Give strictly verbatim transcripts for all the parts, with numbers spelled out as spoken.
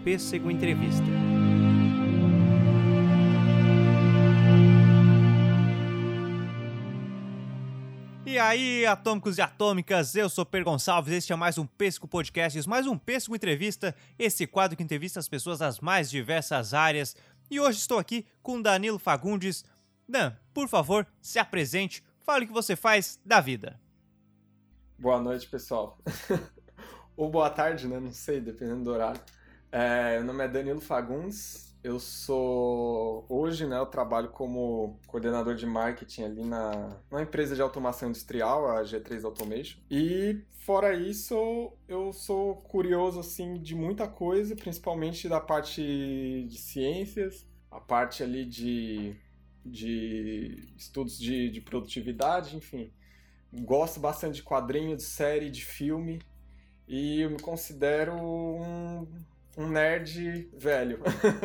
Pêssego Entrevista. E aí, atômicos e atômicas, eu sou Per Gonçalves, este é mais um Pêssego Podcasts, mais um Pêssego Entrevista, esse quadro que entrevista as pessoas das mais diversas áreas. E hoje estou aqui com Danilo Fagundes. Dan, por favor, se apresente, fale o que você faz da vida. Boa noite, pessoal. Ou boa tarde, né? Não sei, dependendo do horário. É, meu nome é Danilo Fagundes. Eu sou... Hoje, né, eu trabalho como coordenador de marketing ali na numa empresa de automação industrial, a G três Automation. E, fora isso, eu sou curioso, assim, de muita coisa, principalmente da parte de ciências, a parte ali de, de estudos de, de produtividade, enfim. Gosto bastante de quadrinho, de série, de filme. E eu me considero um... um nerd velho.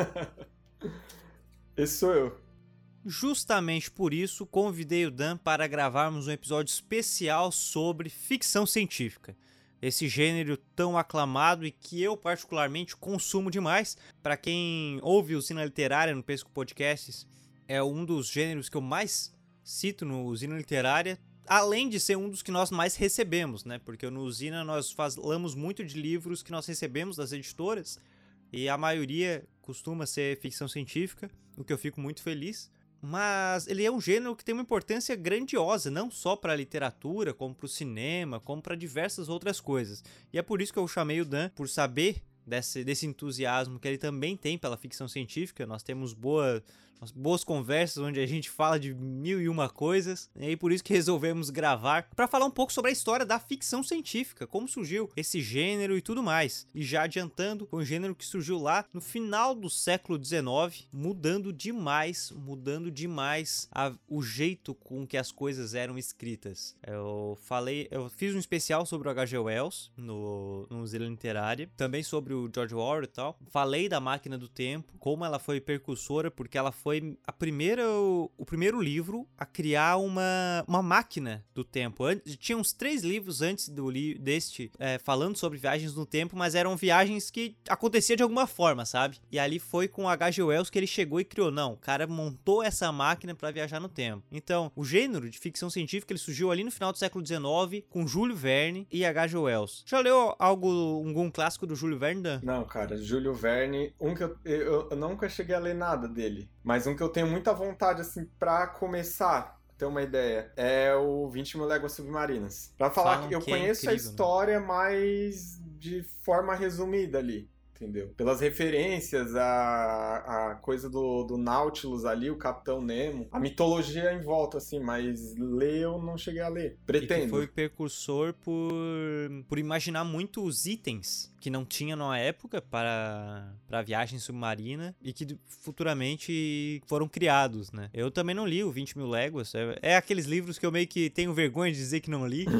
Esse sou eu. Justamente por isso, convidei o Dan para gravarmos um episódio especial sobre ficção científica. Esse gênero tão aclamado e que eu particularmente consumo demais. Para quem ouve Usina Literária no Pêssego Podcasts, é um dos gêneros que eu mais cito no Usina Literária. Além de ser um dos que nós mais recebemos, né? Porque no Usina nós falamos muito de livros que nós recebemos das editoras e a maioria costuma ser ficção científica, o que eu fico muito feliz. Mas ele é um gênero que tem uma importância grandiosa, não só para a literatura, como para o cinema, como para diversas outras coisas. E é por isso que eu chamei o Dan, por saber desse, desse entusiasmo que ele também tem pela ficção científica. Nós temos boa... boas conversas onde a gente fala de mil e uma coisas, e aí por isso que resolvemos gravar para falar um pouco sobre a história da ficção científica, como surgiu esse gênero e tudo mais. E já adiantando, foi um gênero que surgiu lá no final do século dezenove, mudando demais, mudando demais a, o jeito com que as coisas eram escritas. Eu falei, eu fiz um especial sobre o H G Wells no, no Usina Literária, também sobre o George Orwell e tal. Falei da Máquina do Tempo, como ela foi percursora, porque ela foi Foi a primeira, o primeiro livro a criar uma, uma máquina do tempo. Antes, tinha uns três livros antes do li, deste é, falando sobre viagens no tempo, mas eram viagens que aconteciam de alguma forma, sabe? E ali foi com o H G Wells que ele chegou e criou. Não, o cara montou essa máquina para viajar no tempo. Então, o gênero de ficção científica ele surgiu ali no final do século dezenove com Júlio Verne e H G Wells. Já leu algo, algum clássico do Júlio Verne, Dan? Não, cara, Júlio Verne, um que eu, eu, eu nunca cheguei a ler nada dele. Mas um que eu tenho muita vontade, assim, pra começar, ter uma ideia, é o vinte mil Léguas Submarinas. Pra falar Falam que eu que conheço é incrível, a história, né? Mas de forma resumida ali, entendeu? Pelas referências, a, a coisa do, do Nautilus ali, o Capitão Nemo, a mitologia em volta, assim, mas ler eu não cheguei a ler. Pretendo. E que foi precursor por, por imaginar muitos itens que não tinha na época para, para viagem submarina e que futuramente foram criados, né? Eu também não li o vinte mil Léguas. É, é aqueles livros que eu meio que tenho vergonha de dizer que não li.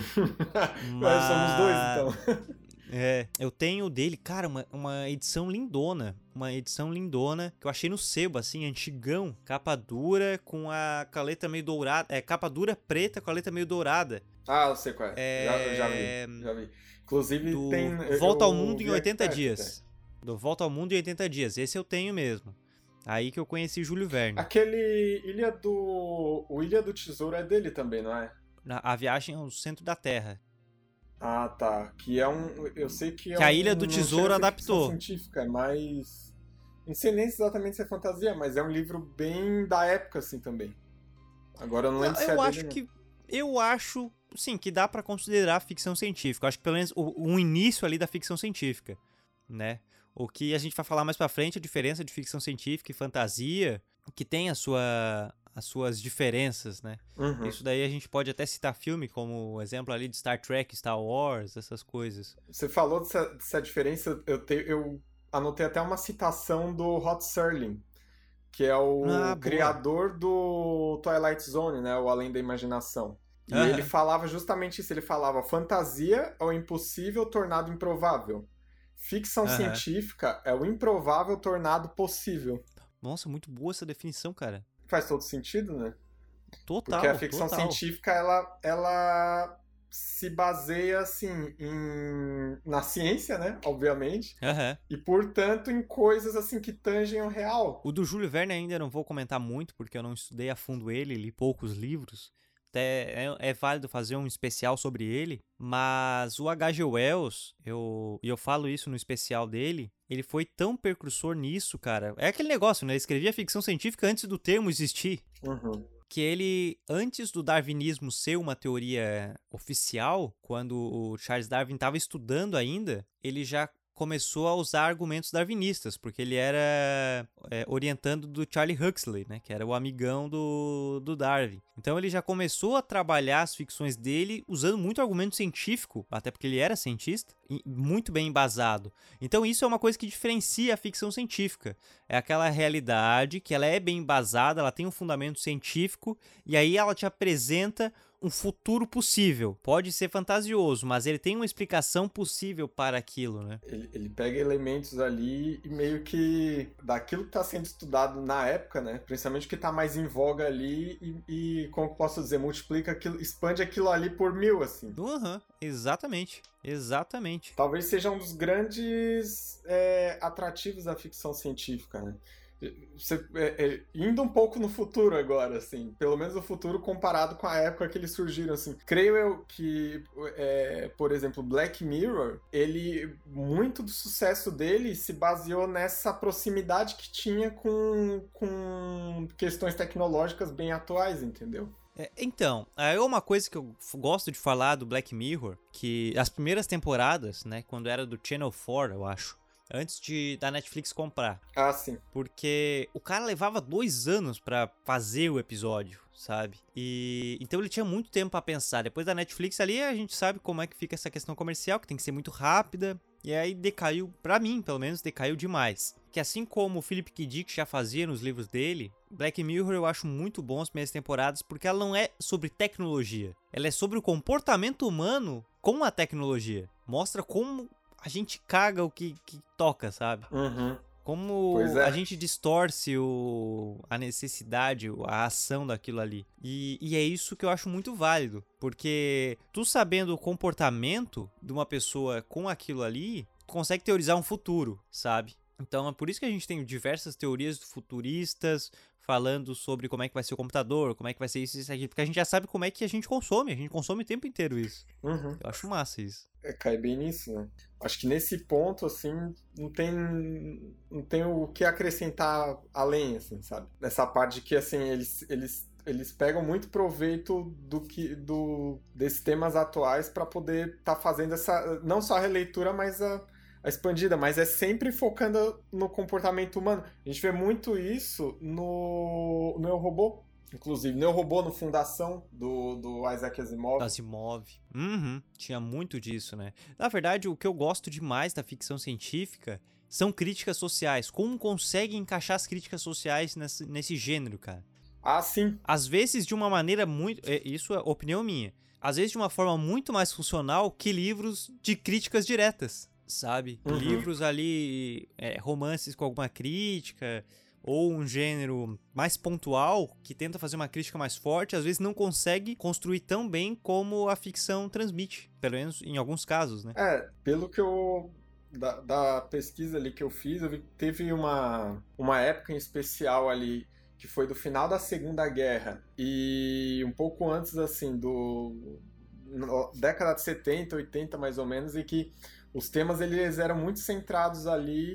Mas somos dois, então. É, eu tenho dele, cara, uma, uma edição lindona. Uma edição lindona que eu achei no sebo, assim, antigão. Capa dura com a, com a letra meio dourada. É, capa dura preta com a letra meio dourada. Ah, eu sei qual é. é... Já, já vi, já vi. Inclusive do tem... Volta eu, ao Mundo em oitenta perto, dias. Até. Do Volta ao Mundo em oitenta dias. Esse eu tenho mesmo. Aí que eu conheci Júlio Verne. Aquele Ilha do... O Ilha do Tesouro é dele também, não é? A Viagem ao Centro da Terra. Ah, tá. Que é um... Eu sei que é Que um... a Ilha do Tesouro adaptou. Científica, mas... Não sei nem exatamente se é fantasia, mas é um livro bem da época, assim, também. Agora eu não lembro eu se é acho dele, que Eu acho, sim, que dá pra considerar ficção científica. Eu acho que pelo menos o, um início ali da ficção científica, né? O que a gente vai falar mais pra frente, a diferença de ficção científica e fantasia, que tem a sua... as suas diferenças, né? Uhum. Isso daí a gente pode até citar filme como exemplo ali de Star Trek, Star Wars, essas coisas. Você falou dessa, dessa diferença, eu, te, eu anotei até uma citação do Rod Serling, que é o ah, criador do Twilight Zone, né? O Além da Imaginação. E uhum. ele falava justamente isso, ele falava fantasia é o impossível tornado improvável. Ficção uhum. científica é o improvável tornado possível. Nossa, muito boa essa definição, cara. Faz todo sentido, né? Total, Porque a ficção total. científica, ela, ela se baseia, assim, em... na ciência, né? Obviamente. Uhum. E, portanto, em coisas, assim, que tangem o real. O do Júlio Verne ainda não vou comentar muito, porque eu não estudei a fundo ele, li poucos livros. Até é, é válido fazer um especial sobre ele, mas o H G. Wells, eu, e eu falo isso no especial dele, ele foi tão precursor nisso, cara. É aquele negócio, né? Ele escrevia ficção científica antes do termo existir. Uhum. Que ele, antes do darwinismo ser uma teoria oficial, quando o Charles Darwin estava estudando ainda, ele já começou a usar argumentos darwinistas, porque ele era é, orientando do Charlie Huxley, né, que era o amigão do, do Darwin. Então ele já começou a trabalhar as ficções dele usando muito argumento científico, até porque ele era cientista, muito bem embasado. Então isso é uma coisa que diferencia a ficção científica. É aquela realidade que ela é bem embasada, ela tem um fundamento científico, e aí ela te apresenta um futuro possível. Pode ser fantasioso, mas ele tem uma explicação possível para aquilo, né? Ele, ele pega elementos ali e meio que daquilo que está sendo estudado na época, né? Principalmente o que está mais em voga ali e, e, como posso dizer, multiplica aquilo, expande aquilo ali por mil, assim. Uhum, exatamente. Exatamente. Talvez seja um dos grandes é, atrativos da ficção científica, né? Você, é, é, indo um pouco no futuro agora, assim, pelo menos o futuro comparado com a época que eles surgiram, assim. Creio eu que, é, por exemplo, Black Mirror, ele, muito do sucesso dele se baseou nessa proximidade que tinha com, com questões tecnológicas bem atuais, entendeu? É, então, é uma coisa que eu gosto de falar do Black Mirror, que as primeiras temporadas, né, quando era do Channel quatro, eu acho, antes de da Netflix comprar. Ah, sim. Porque o cara levava dois anos pra fazer o episódio, sabe? E então ele tinha muito tempo pra pensar. Depois da Netflix ali, a gente sabe como é que fica essa questão comercial, que tem que ser muito rápida. E aí decaiu, pra mim, pelo menos, decaiu demais. Que assim como o Philip K. Dick já fazia nos livros dele, Black Mirror eu acho muito bom as primeiras temporadas, porque ela não é sobre tecnologia. Ela é sobre o comportamento humano com a tecnologia. Mostra como a gente caga o que, que toca, sabe? Uhum. Como é. a gente distorce o, a necessidade, a ação daquilo ali. E, e é isso que eu acho muito válido. Porque tu sabendo o comportamento de uma pessoa com aquilo ali, tu consegue teorizar um futuro, sabe? Então é por isso que a gente tem diversas teorias futuristas falando sobre como é que vai ser o computador, como é que vai ser isso e isso aqui. Porque a gente já sabe como é que a gente consome. A gente consome o tempo inteiro isso. Uhum. Eu acho massa isso. É, cai bem nisso, né? Acho que nesse ponto, assim, não tem, não tem o que acrescentar além, assim, sabe? Nessa parte de que, assim, eles, eles, eles pegam muito proveito do que, do, desses temas atuais para poder estar tá fazendo essa, não só a releitura, mas a, a expandida, mas é sempre focando no comportamento humano. A gente vê muito isso no, no Eu, Robô. Inclusive, no Eu, Robô, no Fundação, do, do Isaac Asimov. Asimov. Uhum. Tinha muito disso, né? Na verdade, o que eu gosto demais da ficção científica são críticas sociais. Como consegue encaixar as críticas sociais nesse, nesse gênero, cara? Ah, sim. Às vezes de uma maneira muito... Isso é opinião minha. Às vezes de uma forma muito mais funcional que livros de críticas diretas, sabe? Uhum. Livros ali, é, romances com alguma crítica... ou um gênero mais pontual, que tenta fazer uma crítica mais forte, às vezes não consegue construir tão bem como a ficção transmite, pelo menos em alguns casos, né? É, pelo que eu... Da, da pesquisa ali que eu fiz, eu vi que teve uma, uma época em especial ali, que foi do final da Segunda Guerra, e um pouco antes, assim, do... década de setenta, oitenta, mais ou menos, e que os temas, eles eram muito centrados ali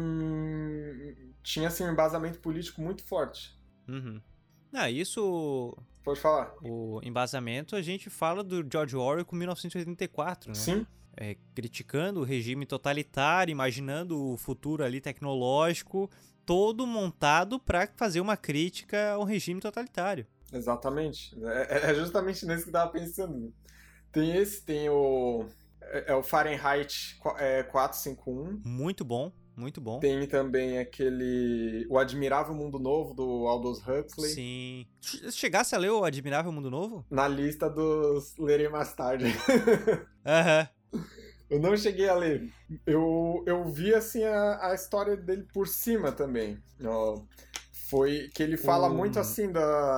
em... tinha, assim, um embasamento político muito forte. Uhum. Ah, isso... Pode falar. O embasamento, a gente fala do George Orwell com mil novecentos e oitenta e quatro, né? Sim. É, criticando o regime totalitário, imaginando o futuro ali tecnológico, todo montado para fazer uma crítica ao regime totalitário. Exatamente. É, é justamente nesse que eu tava pensando. Tem esse, tem o... É, é o Fahrenheit quatrocentos e cinquenta e um. Muito bom. Muito bom. Tem também aquele... O Admirável Mundo Novo, do Aldous Huxley. Sim. Chegasse a ler o Admirável Mundo Novo? Na lista dos lerei mais tarde. Aham. Uhum. Eu não cheguei a ler. Eu, eu vi, assim, a, a história dele por cima também. Ó, foi que ele fala o... muito, assim, da...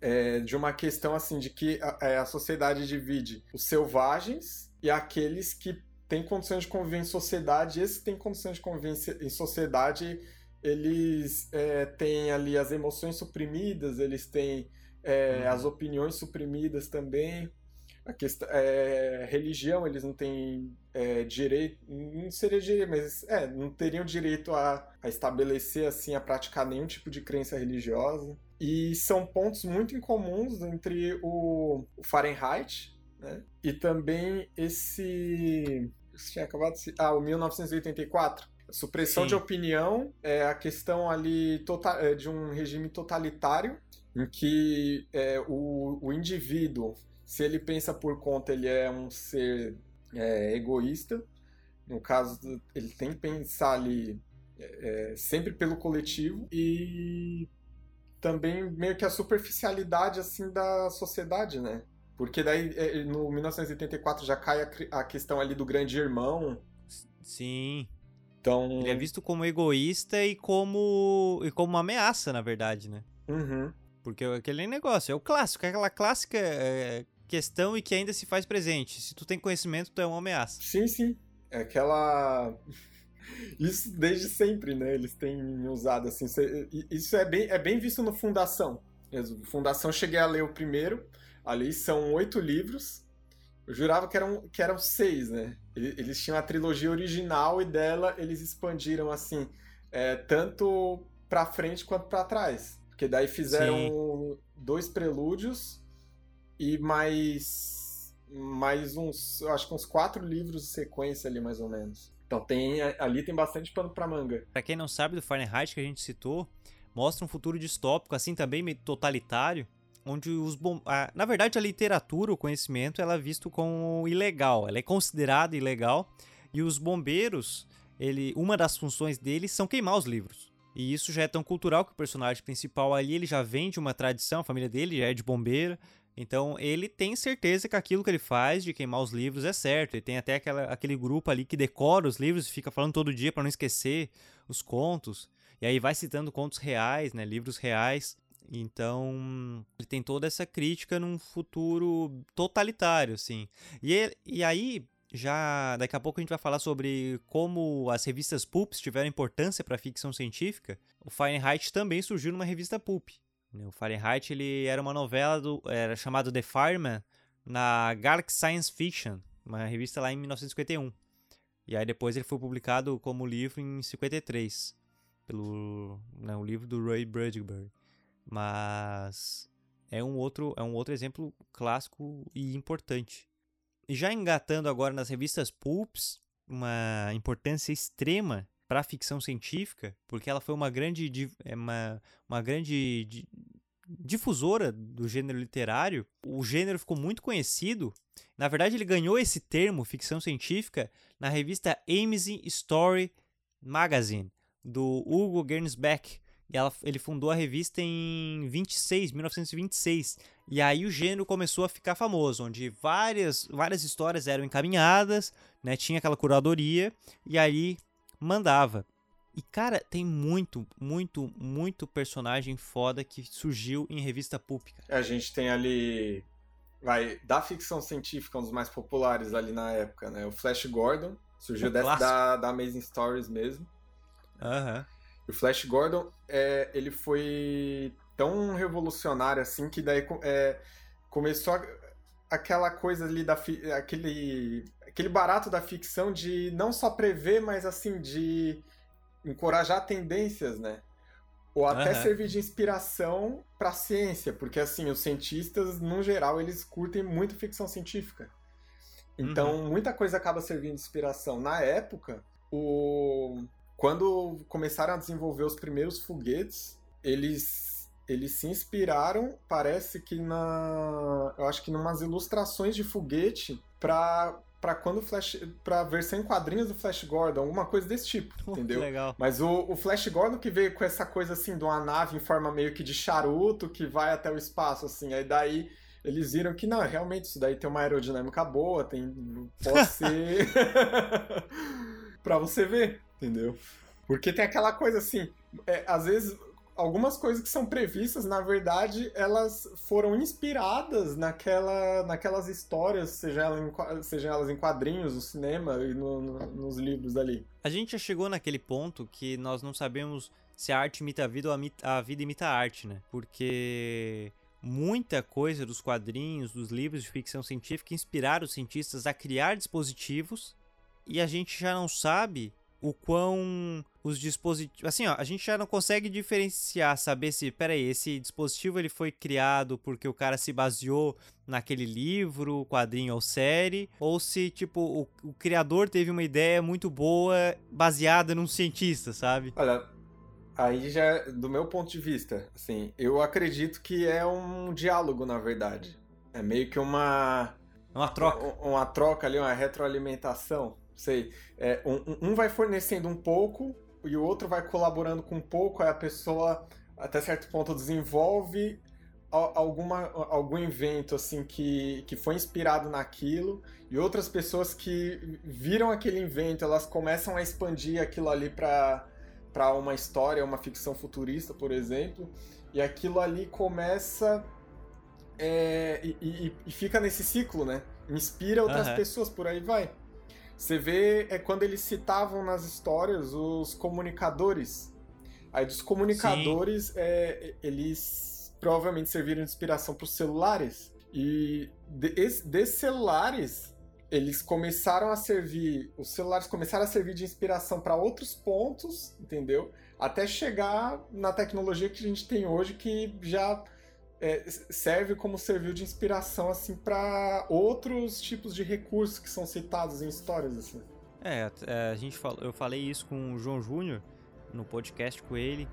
é, de uma questão assim de que a, a sociedade divide os selvagens e aqueles que têm condições de conviver em sociedade. E esses que têm condições de conviver em sociedade, eles é, têm ali as emoções suprimidas, eles têm é, as opiniões suprimidas também. A questão, é, religião, eles não têm é, direito, não seria direito, mas é, não teriam direito a, a estabelecer, assim, a praticar nenhum tipo de crença religiosa. E são pontos muito incomuns entre o, o Fahrenheit, né, e também esse... Você tinha acabado de... Ah, o mil novecentos e oitenta e quatro. A supressão Sim. de opinião é a questão ali total, de um regime totalitário em que é, o, o indivíduo, se ele pensa por conta, ele é um ser é, egoísta. No caso, ele tem que pensar ali é, sempre pelo coletivo. E também meio que a superficialidade assim da sociedade, né? Porque daí no mil novecentos e oitenta e quatro já cai a, a questão ali do grande irmão. Sim. Então... Ele é visto como egoísta e como, e como uma ameaça, na verdade, né? Uhum. Porque aquele negócio, é o clássico, é aquela clássica é, questão e que ainda se faz presente. Se tu tem conhecimento, tu é uma ameaça. Sim, sim. É aquela... Isso desde sempre, né? Eles têm usado assim. Isso é bem, é bem visto no Fundação. Fundação, eu cheguei a ler o primeiro. Ali são oito livros. Eu jurava que eram, que eram seis, né? Eles tinham a trilogia original e dela eles expandiram assim, é, tanto pra frente quanto pra trás. Porque daí fizeram Sim. dois prelúdios e mais, mais uns, eu acho que uns quatro livros de sequência ali, mais ou menos. Então tem, ali tem bastante pano pra manga. Pra quem não sabe, do Fahrenheit que a gente citou, mostra um futuro distópico, assim, também meio totalitário, onde os bom... ah, na verdade, a literatura, o conhecimento, ela é visto como ilegal, ela é considerada ilegal, e os bombeiros, ele... uma das funções deles são queimar os livros. E isso já é tão cultural que o personagem principal ali, ele já vem de uma tradição, a família dele já é de bombeiro, então ele tem certeza que aquilo que ele faz de queimar os livros é certo. Ele tem até aquela, aquele grupo ali que decora os livros e fica falando todo dia para não esquecer os contos. E aí vai citando contos reais, né, livros reais. Então ele tem toda essa crítica num futuro totalitário, assim. E, ele, e aí, já daqui a pouco a gente vai falar sobre como as revistas pulps tiveram importância para a ficção científica. O Fahrenheit também surgiu numa revista pulp. O Fahrenheit ele era uma novela do, era chamado The Fireman na Galaxy Science Fiction, uma revista lá em mil novecentos e cinquenta e um. E aí depois ele foi publicado como livro em cinquenta e três, pelo né, o livro do Ray Bradbury. Mas é um outro é um outro exemplo clássico e importante. E já engatando agora nas revistas pulps, uma importância extrema para a ficção científica, porque ela foi uma grande, uma, uma grande difusora do gênero literário. O gênero ficou muito conhecido. Na verdade, ele ganhou esse termo, ficção científica, na revista Amazing Story Magazine, do Hugo Gernsback. E ela, ele fundou a revista em vinte e seis, mil novecentos e vinte e seis. E aí o gênero começou a ficar famoso, onde várias, várias histórias eram encaminhadas, né, tinha aquela curadoria, e aí mandava. E, cara, tem muito, muito, muito personagem foda que surgiu em revista pulp. A gente tem ali, vai, da ficção científica, um dos mais populares ali na época, né? O Flash Gordon, surgiu dessa, da, da Amazing Stories mesmo. Aham. Uhum. O Flash Gordon, é, ele foi tão revolucionário assim que daí é, começou a, aquela coisa ali, da, aquele, aquele barato da ficção de não só prever, mas assim, de encorajar tendências, né? Ou até uhum. servir de inspiração para a ciência, porque assim, os cientistas, no geral, eles curtem muito ficção científica. Então, uhum. muita coisa acaba servindo de inspiração. Na época, o... quando começaram a desenvolver os primeiros foguetes, eles, eles se inspiraram, parece que na... eu acho que em umas ilustrações de foguete para para quando o Flash, para versão em quadrinhos do Flash Gordon, alguma coisa desse tipo, oh, entendeu? Legal. Mas o, o Flash Gordon que veio com essa coisa assim de uma nave em forma meio que de charuto que vai até o espaço, assim, aí daí eles viram que não, realmente isso daí tem uma aerodinâmica boa, tem pode ser para você ver, entendeu? Porque tem aquela coisa assim, é, às vezes algumas coisas que são previstas, na verdade, elas foram inspiradas naquela, naquelas histórias, seja, ela em, seja elas em quadrinhos, no cinema e no, no, nos livros ali. A gente já chegou naquele ponto que nós não sabemos se a arte imita a vida ou a vida imita a arte, né? Porque muita coisa dos quadrinhos, dos livros de ficção científica inspiraram os cientistas a criar dispositivos e a gente já não sabe o quão os dispositivos... Assim, ó, a gente já não consegue diferenciar, saber se, peraí, esse dispositivo ele foi criado porque o cara se baseou naquele livro, quadrinho ou série, ou se, tipo, o, o criador teve uma ideia muito boa baseada num cientista, sabe? Olha, aí já, do meu ponto de vista, assim, eu acredito que é um diálogo, na verdade. É meio que uma... Uma troca. Uma, uma troca ali, uma retroalimentação. Sei, é, um, um vai fornecendo um pouco e o outro vai colaborando com um pouco, aí a pessoa até certo ponto desenvolve alguma, algum invento assim que, que foi inspirado naquilo e outras pessoas que viram aquele invento, elas começam a expandir aquilo ali para para uma história, uma ficção futurista, por exemplo, e aquilo ali começa é, e, e, e fica nesse ciclo, né? Inspira outras uhum. pessoas, por aí vai. Você vê é quando eles citavam nas histórias os comunicadores. Aí dos comunicadores, é, eles provavelmente serviram de inspiração para os celulares. E desses de celulares, eles começaram a servir... Os celulares começaram a servir de inspiração para outros pontos, entendeu? Até chegar na tecnologia que a gente tem hoje, que já... É, serve como serviu de inspiração assim para outros tipos de recursos que são citados em histórias assim. É, a gente falou, eu falei isso com o João Júnior no podcast com ele,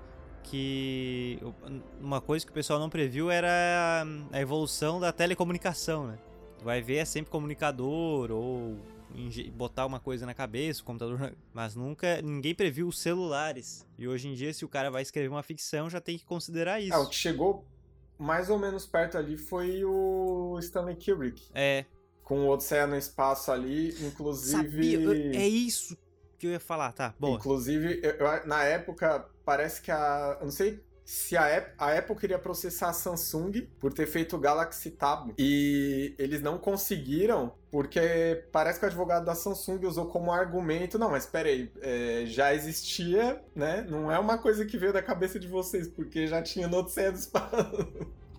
que uma coisa que o pessoal não previu era a evolução da telecomunicação, né? Tu vai ver é sempre comunicador ou botar uma coisa na cabeça, o computador, mas nunca ninguém previu os celulares. E hoje em dia, se o cara vai escrever uma ficção, já tem que considerar isso. É, o que chegou mais ou menos perto ali foi o Stanley Kubrick. É. Com o Odisseia no Espaço ali, inclusive... Sabia, eu, é isso que eu ia falar, tá, bom. Inclusive, eu, eu, na época, parece que a... Eu não sei se a, Apple, a Apple queria processar a Samsung por ter feito o Galaxy Tab. E eles não conseguiram, porque parece que o advogado da Samsung usou como argumento, não, mas peraí, é, já existia, né? Não é uma coisa que veio da cabeça de vocês, porque já tinha no Odisseia do Espaço.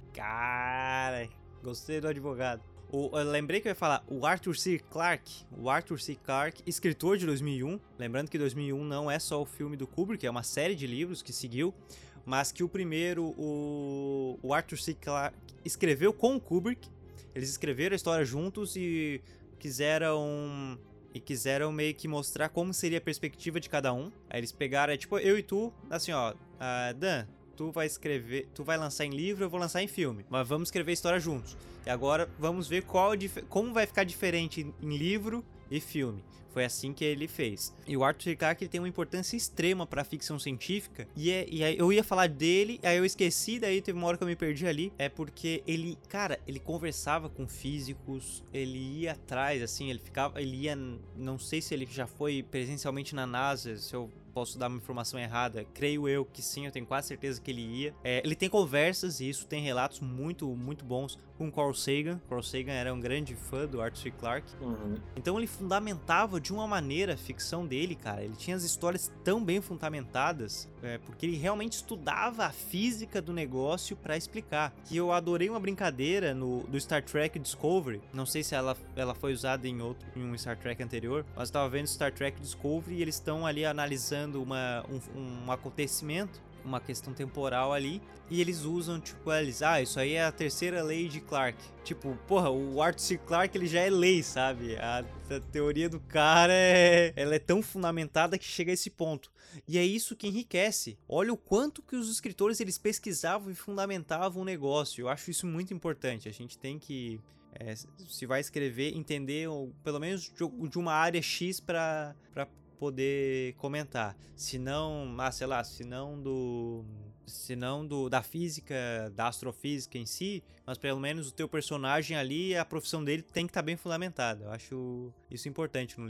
Cara, gostei do advogado. O, eu lembrei que eu ia falar, o Arthur C. Clarke, o Arthur C. Clarke, escritor de dois mil e um, lembrando que dois mil e um não é só o filme do Kubrick, é uma série de livros que seguiu, mas que o primeiro, o, o Arthur C. Clarke escreveu com o Kubrick, eles escreveram a história juntos e quiseram, e quiseram meio que mostrar como seria a perspectiva de cada um. Aí eles pegaram, é tipo, eu e tu, assim ó, uh, Dan, tu vai escrever, tu vai lançar em livro, eu vou lançar em filme, mas vamos escrever a história juntos. E agora vamos ver qual, como vai ficar diferente em livro e filme. Foi assim que ele fez. E o Arthur C. Clarke tem uma importância extrema para a ficção científica. E, é, e aí eu ia falar dele, aí eu esqueci, daí teve uma hora que eu me perdi ali. É porque ele, cara, ele conversava com físicos, ele ia atrás, assim, ele ficava, ele ia, não sei se ele já foi presencialmente na NASA, se eu posso dar uma informação errada, creio eu que sim, eu tenho quase certeza que ele ia. É, ele tem conversas e isso tem relatos muito, muito bons com Carl Sagan. Carl Sagan era um grande fã do Arthur C. Clarke. Uhum. Então ele fundamentava de uma maneira a ficção dele, cara. Ele tinha as histórias tão bem fundamentadas, é, porque ele realmente estudava a física do negócio pra explicar. Que eu adorei uma brincadeira no do Star Trek Discovery. Não sei se ela, ela foi usada em outro, em um Star Trek anterior, mas eu tava vendo Star Trek Discovery e eles estão ali analisando Uma, um, um acontecimento, uma questão temporal ali, e eles usam, tipo, eles, ah, isso aí é a terceira lei de Clarke. Tipo, porra, o Arthur C. Clarke, ele já é lei, sabe? A, a teoria do cara, é, ela é tão fundamentada que chega a esse ponto. E é isso que enriquece. Olha o quanto que os escritores, eles pesquisavam e fundamentavam o negócio. Eu acho isso muito importante. A gente tem que, é, se vai escrever, entender, ou, pelo menos, de, de uma área X pra, pra poder comentar, se não, ah, sei lá, se não do, se não do, da física, da astrofísica em si, mas pelo menos o teu personagem ali, a profissão dele tem que estar bem fundamentada. Eu acho isso importante no livro.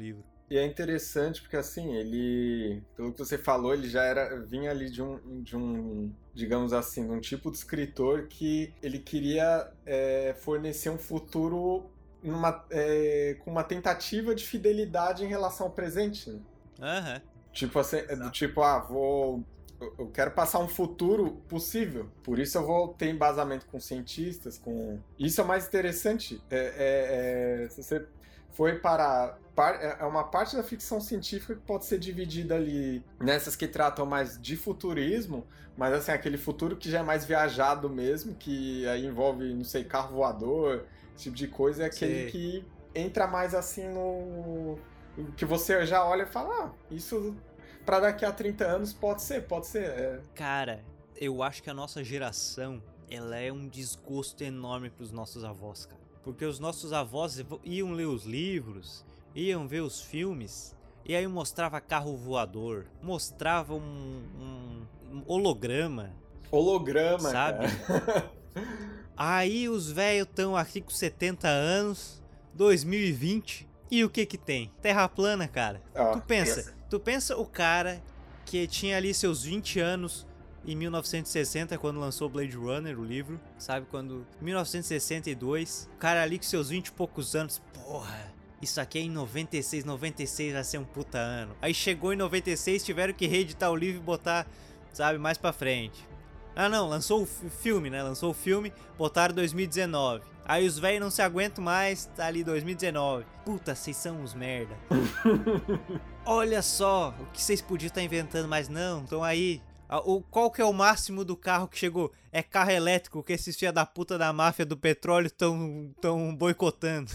E é interessante porque, assim, ele, pelo que você falou, ele já era, vinha ali de um, de um digamos assim, de um tipo de escritor que ele queria é, fornecer um futuro numa, é, com uma tentativa de fidelidade em relação ao presente, né? Aham. Tipo assim, do tipo, ah, vou... eu quero passar um futuro possível. Por isso eu vou ter embasamento com cientistas, com... Isso é o mais interessante. É, é, é, se você foi para... É uma parte da ficção científica que pode ser dividida ali nessas que tratam mais de futurismo, mas assim, aquele futuro que já é mais viajado mesmo, que aí envolve, não sei, carro voador, esse tipo de coisa, é aquele Sim. que entra mais assim no... que você já olha e fala, ah, isso... Pra daqui a trinta anos pode ser, pode ser. É. Cara, eu acho que a nossa geração, ela é um desgosto enorme pros nossos avós, cara. Porque os nossos avós iam ler os livros, iam ver os filmes, e aí mostrava carro voador, mostrava um, um, um holograma. Holograma, sabe? Cara. Aí os velhos estão aqui com setenta anos, dois mil e vinte, e o que que tem? Terra plana, cara. Oh, tu pensa... Yes. Tu pensa o cara que tinha ali seus vinte anos em mil novecentos e sessenta, quando lançou Blade Runner, o livro, sabe? Quando... mil novecentos e sessenta e dois, o cara ali com seus vinte e poucos anos, porra, isso aqui é em noventa e seis, noventa e seis vai ser um puta ano. Aí chegou em noventa e seis, tiveram que reeditar o livro e botar, sabe, mais pra frente. Ah não, lançou o filme, né? Lançou o filme, botaram dois mil e dezenove. Aí os velhos não se aguentam mais, tá ali dois mil e dezenove. Puta, vocês são uns merda. Olha só o que vocês podiam estar inventando, mas não, estão aí. O, qual que é o máximo do carro que chegou? É carro elétrico que esses filha da puta da máfia do petróleo estão tão boicotando.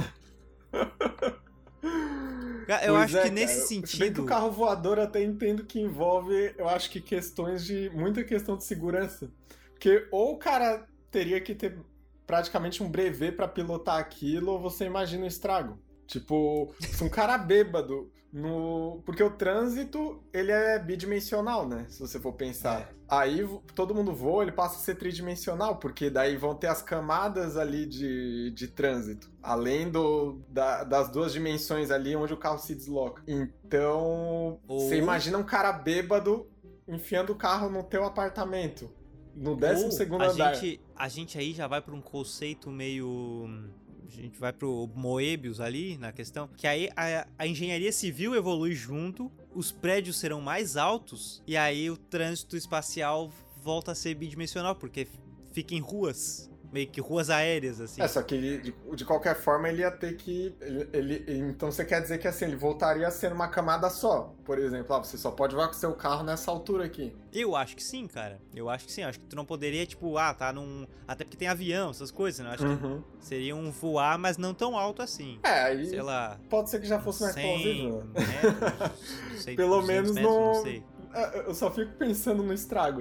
Eu pois acho é, que nesse cara. sentido... Se bem que o carro voador eu até entendo que envolve, eu acho que questões de... muita questão de segurança. Porque ou o cara teria que ter praticamente um brevet pra pilotar aquilo, ou você imagina o estrago. Tipo, se um cara bêbado no... Porque o trânsito, ele é bidimensional, né? Se você for pensar. É. Aí todo mundo voa, ele passa a ser tridimensional, porque daí vão ter as camadas ali de, de trânsito. Além do, da, das duas dimensões ali onde o carro se desloca. Então, Ou... você imagina um cara bêbado enfiando o carro no teu apartamento. No décimo segundo andar. Gente, a gente aí já vai para um conceito meio... A gente vai pro Moebius ali na questão, que aí a, a engenharia civil evolui junto, os prédios serão mais altos, e aí o trânsito espacial volta a ser bidimensional, porque fica em ruas, meio que ruas aéreas, assim. É, só que ele, de, de qualquer forma ele ia ter que... Ele, ele, então você quer dizer que assim, ele voltaria a ser uma camada só, por exemplo, ah, você só pode voar com seu carro nessa altura aqui. Eu acho que sim, cara. Eu acho que sim. Acho que tu não poderia, tipo, ah, tá num... Até porque tem avião, essas coisas, né? Acho uhum. que seria um voar, mas não tão alto assim. É, aí... Sei lá... Pode ser que já fosse mais plausível. Metros, sei, Pelo menos metros, não... não sei. Eu só fico pensando no estrago.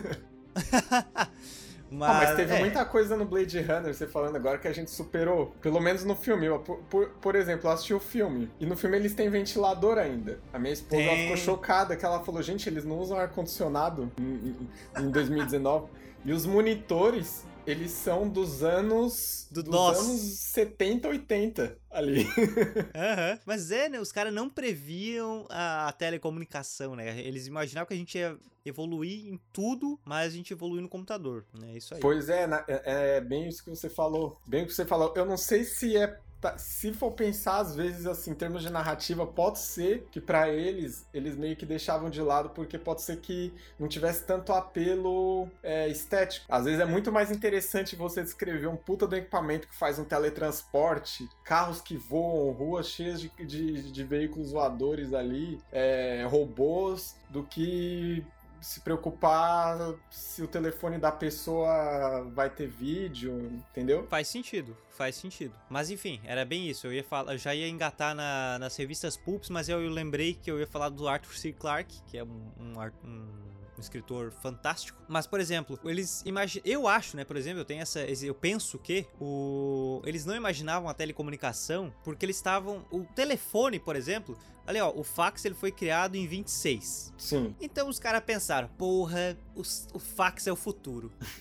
Mas, ah, mas teve é. muita coisa no Blade Runner, você falando agora, que a gente superou. Pelo menos no filme. Por, por, por exemplo, eu assisti o filme. E no filme eles têm ventilador ainda. A minha esposa ela ficou chocada, que ela falou, gente, eles não usam ar-condicionado em, em dois mil e dezenove. E os monitores, eles são dos anos... Do dos DOS. anos setenta, oitenta ali. Uhum. Mas é, né? Os caras não previam a, a telecomunicação, né? Eles imaginavam que a gente ia evoluir em tudo, mas a gente evoluiu no computador, né? Isso aí. Pois é, é, é bem isso que você falou. Bem o que você falou. Eu não sei se é... Se for pensar, às vezes, assim, em termos de narrativa, pode ser que pra eles, eles meio que deixavam de lado, porque pode ser que não tivesse tanto apelo é, estético. Às vezes é muito mais interessante você descrever um puta do equipamento que faz um teletransporte, carros que voam, ruas cheias de, de, de veículos voadores ali, é, robôs, do que... se preocupar se o telefone da pessoa vai ter vídeo, entendeu? Faz sentido, faz sentido. Mas enfim, era bem isso. Eu ia falar, eu já ia engatar na, nas revistas pulps, mas eu, eu lembrei que eu ia falar do Arthur C. Clarke, que é um, um, um um escritor fantástico. Mas, por exemplo, eles imaginam... Eu acho, né, por exemplo, eu tenho essa... Eu penso que o... eles não imaginavam a telecomunicação porque eles estavam... O telefone, por exemplo... Ali, ó, o fax ele foi criado em vinte e seis. Sim. Então os caras pensaram, porra, o, o fax é o futuro.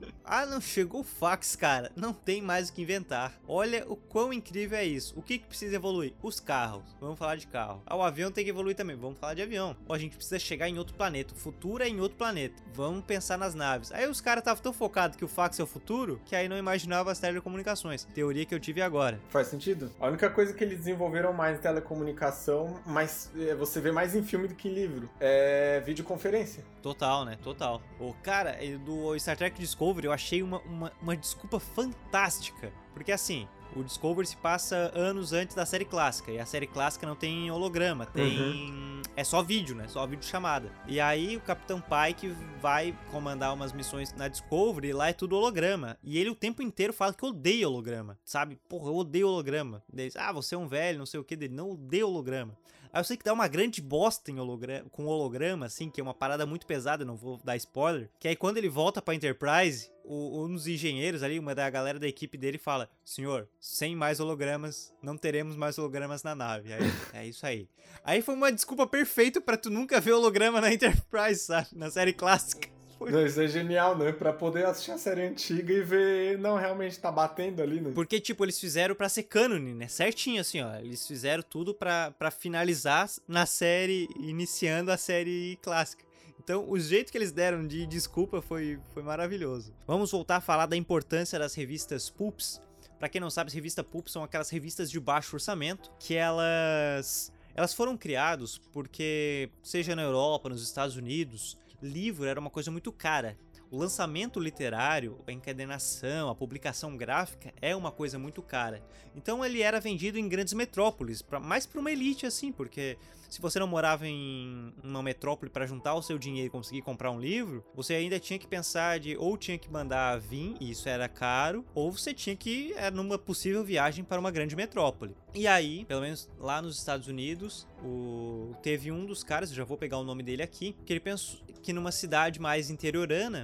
Ah, não chegou o fax, cara. Não tem mais o que inventar. Olha o quão incrível é isso. O que, que precisa evoluir? Os carros. Vamos falar de carro. Ah, o avião tem que evoluir também. Vamos falar de avião. Ó, a gente precisa chegar em outro planeta. O futuro é em outro planeta. Vamos pensar nas naves. Aí os caras estavam tão focados que o fax é o futuro, que aí não imaginavam as telecomunicações. Teoria que eu tive agora. Faz sentido. A única coisa que eles desenvolveram mais em telecomunicação, mas é, você vê mais em filme do que em livro, é videoconferência. Total, né? Total. O cara, do Star Trek Discovery, eu achei uma, uma, uma desculpa fantástica. Porque assim, o Discovery se passa anos antes da série clássica. E a série clássica não tem holograma, tem... Uhum. É só vídeo, né? Só vídeo chamada. E aí o Capitão Pike vai comandar umas missões na Discovery e lá é tudo holograma. E ele o tempo inteiro fala que odeia holograma, sabe? Porra, eu odeio holograma. Ele diz, ah, você é um velho, não sei o que dele. Não, odeio holograma. Aí eu sei que dá uma grande bosta em holograma, com holograma, assim, que é uma parada muito pesada, não vou dar spoiler. Que aí quando ele volta pra Enterprise, o, um dos engenheiros ali, uma da galera da equipe dele fala, senhor, sem mais hologramas, não teremos mais hologramas na nave. Aí, é isso aí. Aí foi uma desculpa perfeita pra tu nunca ver holograma na Enterprise, sabe? Na série clássica. Não, isso é genial, né? Pra poder assistir a série antiga e ver, não, realmente tá batendo ali, né? Porque, tipo, eles fizeram pra ser cânone, né? Certinho, assim, ó. Eles fizeram tudo pra, pra finalizar na série, iniciando a série clássica. Então, o jeito que eles deram de desculpa foi, foi maravilhoso. Vamos voltar a falar da importância das revistas Pulps. Pra quem não sabe, as revistas Pulp são aquelas revistas de baixo orçamento, que elas... Elas foram criadas porque, seja na Europa, nos Estados Unidos... livro era uma coisa muito cara. O lançamento literário, a encadernação, a publicação gráfica é uma coisa muito cara. Então ele era vendido em grandes metrópoles, pra, mais para uma elite assim, porque se você não morava em uma metrópole para juntar o seu dinheiro e conseguir comprar um livro, você ainda tinha que pensar de ou tinha que mandar vir, e isso era caro, ou você tinha que ir numa possível viagem para uma grande metrópole. E aí, pelo menos lá nos Estados Unidos, o... teve um dos caras, eu já vou pegar o nome dele aqui, que ele pensou que numa cidade mais interiorana,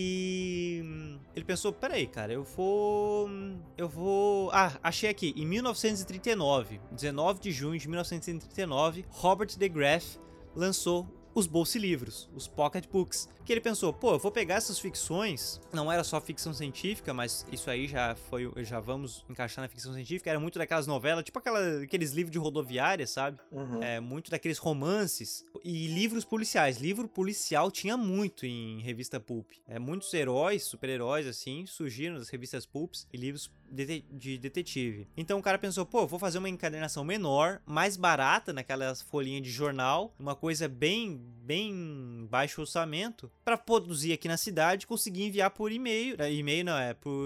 ele ele pensou, peraí, cara, eu vou eu vou, ah, achei aqui, em mil novecentos e trinta e nove, dezenove de junho de mil novecentos e trinta e nove, Robert de Graaf lançou os bolsilivros, os pocket books, que ele pensou, pô, eu vou pegar essas ficções, não era só ficção científica, mas isso aí já foi, já vamos encaixar na ficção científica, era muito daquelas novelas, tipo aquela, aqueles livros de rodoviária, sabe? Uhum. É, muito daqueles romances e livros policiais. Livro policial tinha muito em revista Pulp. É, muitos heróis, super-heróis, assim, surgiram das revistas Pulps e livros de, de detetive. Então o cara pensou, pô, vou fazer uma encadernação menor, mais barata, naquelas folhinhas de jornal, uma coisa bem, bem baixo orçamento, para produzir aqui na cidade e conseguir enviar por e-mail. E-mail não, é por...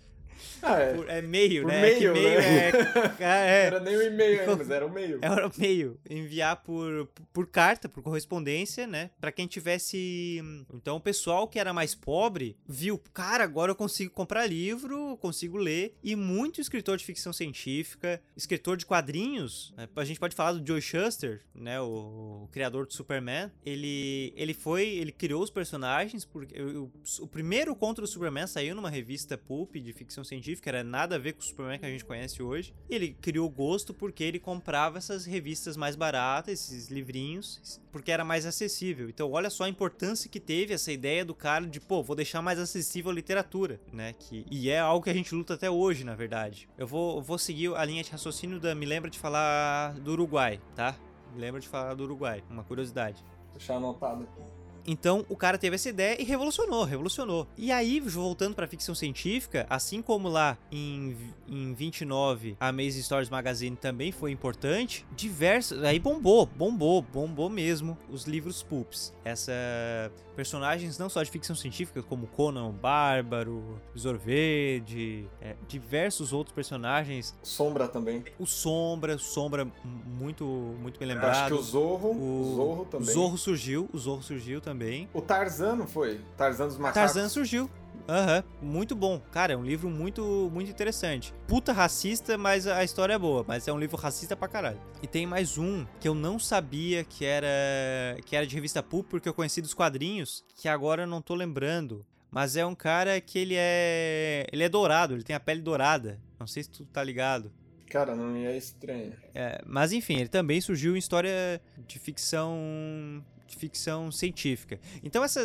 Ah, é. Por, é meio, por né? Meio, que meio né? é, é, era nem o e-mail ainda, mas era o meio. Era o meio. Enviar por, por carta, por correspondência, né? Pra quem tivesse... Então o pessoal que era mais pobre viu, cara, agora eu consigo comprar livro, consigo ler. E muito escritor de ficção científica, escritor de quadrinhos, né? A gente pode falar do Joe Shuster, né? O, o criador do Superman. Ele, ele foi, ele criou os personagens, porque o, o, o primeiro contra o Superman saiu numa revista Pulp de ficção científica, era nada a ver com o Superman que a gente conhece hoje. E ele criou gosto porque ele comprava essas revistas mais baratas, esses livrinhos, porque era mais acessível. Então olha só a importância que teve essa ideia do cara de, pô, vou deixar mais acessível a literatura, né? Que, e é algo que a gente luta até hoje, na verdade. Eu vou, vou seguir a linha de raciocínio da... Me lembra de falar do Uruguai, tá? Me lembra de falar do Uruguai, uma curiosidade. Deixar anotado aqui. Então o cara teve essa ideia e revolucionou, revolucionou. E aí, voltando pra ficção científica, assim como lá em, em vinte e nove a Amazing Stories Magazine também foi importante, diversos, aí bombou, bombou, bombou mesmo os livros Pulps. Essa personagens não só de ficção científica, como Conan o Bárbaro, Besouro Verde, é, diversos outros personagens. Sombra também. O Sombra, Sombra muito, muito bem lembrado. Acho que o Zorro, o, o Zorro também. O Zorro surgiu, o Zorro surgiu também. O Tarzan não foi? Tarzan dos Macacos. Tarzan surgiu. Aham, uhum. Muito bom. Cara, é um livro muito, muito interessante. Puta racista, mas a história é boa. Mas é um livro racista pra caralho. E tem mais um que eu não sabia que era, que era de revista Pulp, porque eu conheci dos quadrinhos, que agora eu não tô lembrando. Mas é um cara que ele é... Ele é dourado, ele tem a pele dourada. Não sei se tu tá ligado. Cara, não me é estranho. É, mas enfim, ele também surgiu em história de ficção... de ficção científica. Então essas,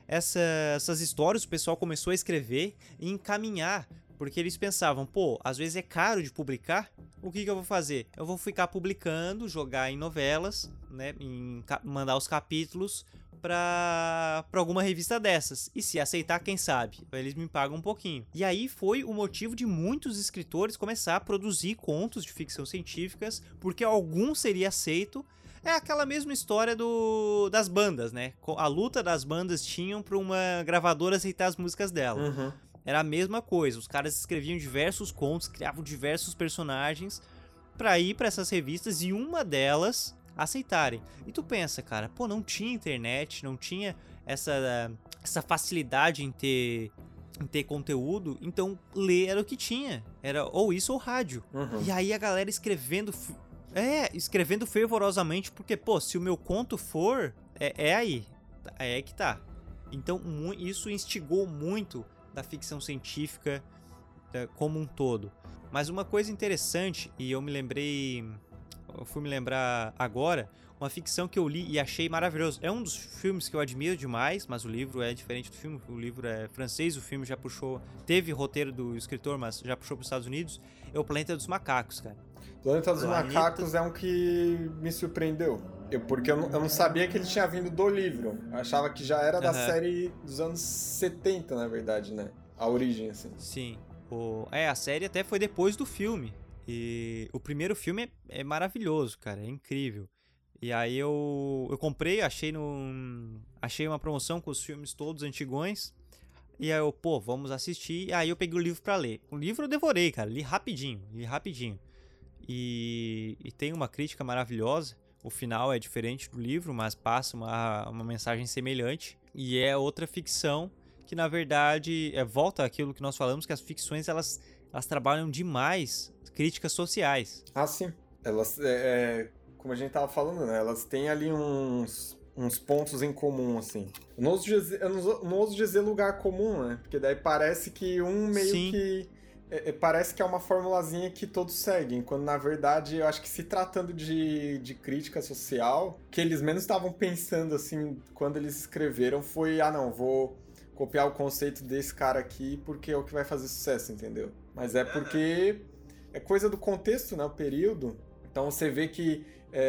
essa, essas histórias o pessoal começou a escrever e encaminhar, porque eles pensavam, pô, às vezes é caro de publicar, o que que eu vou fazer? Eu vou ficar publicando, jogar em novelas, né, em, mandar os capítulos pra, pra alguma revista dessas. E se aceitar, quem sabe? Eles me pagam um pouquinho. E aí foi o motivo de muitos escritores começar a produzir contos de ficção científicas, porque algum seria aceito. É aquela mesma história do, das bandas, né? A luta das bandas tinham pra uma gravadora aceitar as músicas dela. Uhum. Era a mesma coisa. Os caras escreviam diversos contos, criavam diversos personagens pra ir pra essas revistas e uma delas aceitarem. E tu pensa, cara, pô, não tinha internet, não tinha essa, essa facilidade em ter, em ter conteúdo, então ler era o que tinha. Era ou isso ou rádio. Uhum. E aí a galera escrevendo... É, escrevendo fervorosamente, porque, pô, se o meu conto for, é, é aí. É que tá. Então, isso instigou muito da ficção científica como um todo. Mas uma coisa interessante, e eu me lembrei... Eu fui me lembrar agora, uma ficção que eu li e achei maravilhoso. É um dos filmes que eu admiro demais, mas o livro é diferente do filme. O livro é francês, o filme já puxou... Teve roteiro do escritor, mas já puxou para os Estados Unidos. É o Planeta dos Macacos, cara. Planeta dos Planeta... Macacos é um que me surpreendeu. Eu, porque eu não, eu não sabia que ele tinha vindo do livro. Eu achava que já era da Uhum. série dos anos setenta, na verdade, né? A origem, assim. Sim. O... É, a série até foi depois do filme. E o primeiro filme é, é maravilhoso, cara. É incrível. E aí eu, eu comprei, achei, no, achei uma promoção com os filmes todos antigões. E aí eu, pô, vamos assistir. E aí eu peguei o livro pra ler. O livro eu devorei, cara. Li rapidinho, li rapidinho. E, e tem uma crítica maravilhosa. O final é diferente do livro, mas passa uma, uma mensagem semelhante. E é outra ficção que, na verdade, é, volta àquilo que nós falamos, que as ficções, elas, elas trabalham demais críticas sociais. Ah, sim. Elas, é, é, como a gente tava falando, né? Elas têm ali uns, uns pontos em comum, assim. Eu não ouso dizer, eu não ouso dizer lugar comum, né? Porque daí parece que um meio Sim. que... É, é, parece que é uma formulazinha que todos seguem, quando na verdade eu acho que se tratando de, de crítica social, que eles menos estavam pensando assim, quando eles escreveram, foi, ah não, vou copiar o conceito desse cara aqui porque é o que vai fazer sucesso, entendeu? Mas é porque é coisa do contexto, né, o período. Então você vê que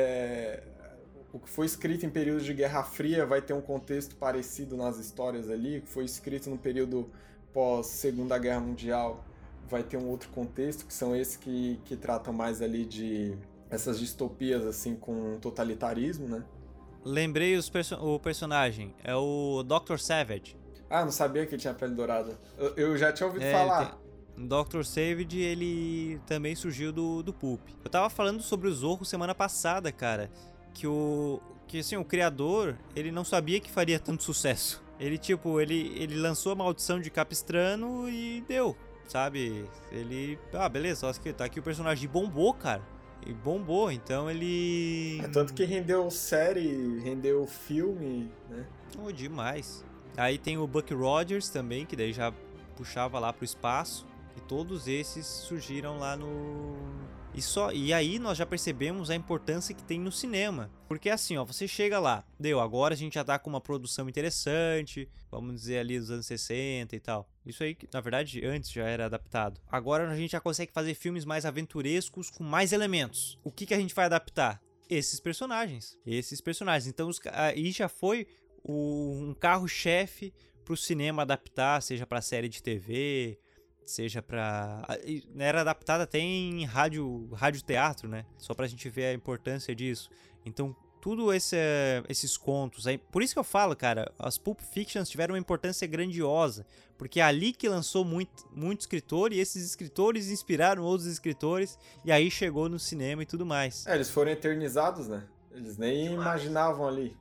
é, o que foi escrito em período de Guerra Fria vai ter um contexto parecido nas histórias ali, o que foi escrito no período pós Segunda Guerra Mundial vai ter um outro contexto, que são esses que, que tratam mais ali de essas distopias, assim, com totalitarismo, né? Lembrei os perso- o personagem, é o doutor Savage. Ah, não sabia que tinha pele dourada. Eu, eu já tinha ouvido É, falar. Tem... doutor Savage, ele também surgiu do, do Pulp. Eu tava falando sobre o Zorro semana passada, cara, que o... que, assim, o criador, ele não sabia que faria tanto sucesso. Ele, tipo, ele, ele lançou a Maldição de Capistrano e deu. Sabe, ele... Ah, beleza, só que tá aqui o personagem bombou, cara. E bombou, então ele... É tanto que rendeu série, rendeu filme, né? Oh, demais. Aí tem o Buck Rogers também, que daí já puxava lá pro espaço. E todos esses surgiram lá no... E, só... e aí nós já percebemos a importância que tem no cinema. Porque assim, ó, você chega lá, deu, agora a gente já tá com uma produção interessante, vamos dizer ali dos anos sessenta e tal. Isso aí, na verdade, antes já era adaptado. Agora a gente já consegue fazer filmes mais aventurescos, com mais elementos. O que que a gente vai adaptar? Esses personagens. Esses personagens. Então os... aí já foi o... um carro-chefe pro cinema adaptar, seja pra série de T V... seja pra... Era adaptada até em rádio, rádio teatro, né? Só pra gente ver a importância disso. Então, tudo esse, esses contos... Aí, por isso que eu falo, cara, as Pulp Fictions tiveram uma importância grandiosa. Porque é ali que lançou muito, muito escritor, e esses escritores inspiraram outros escritores, e aí chegou no cinema e tudo mais. É, eles foram eternizados, né? Eles nem imaginavam ali.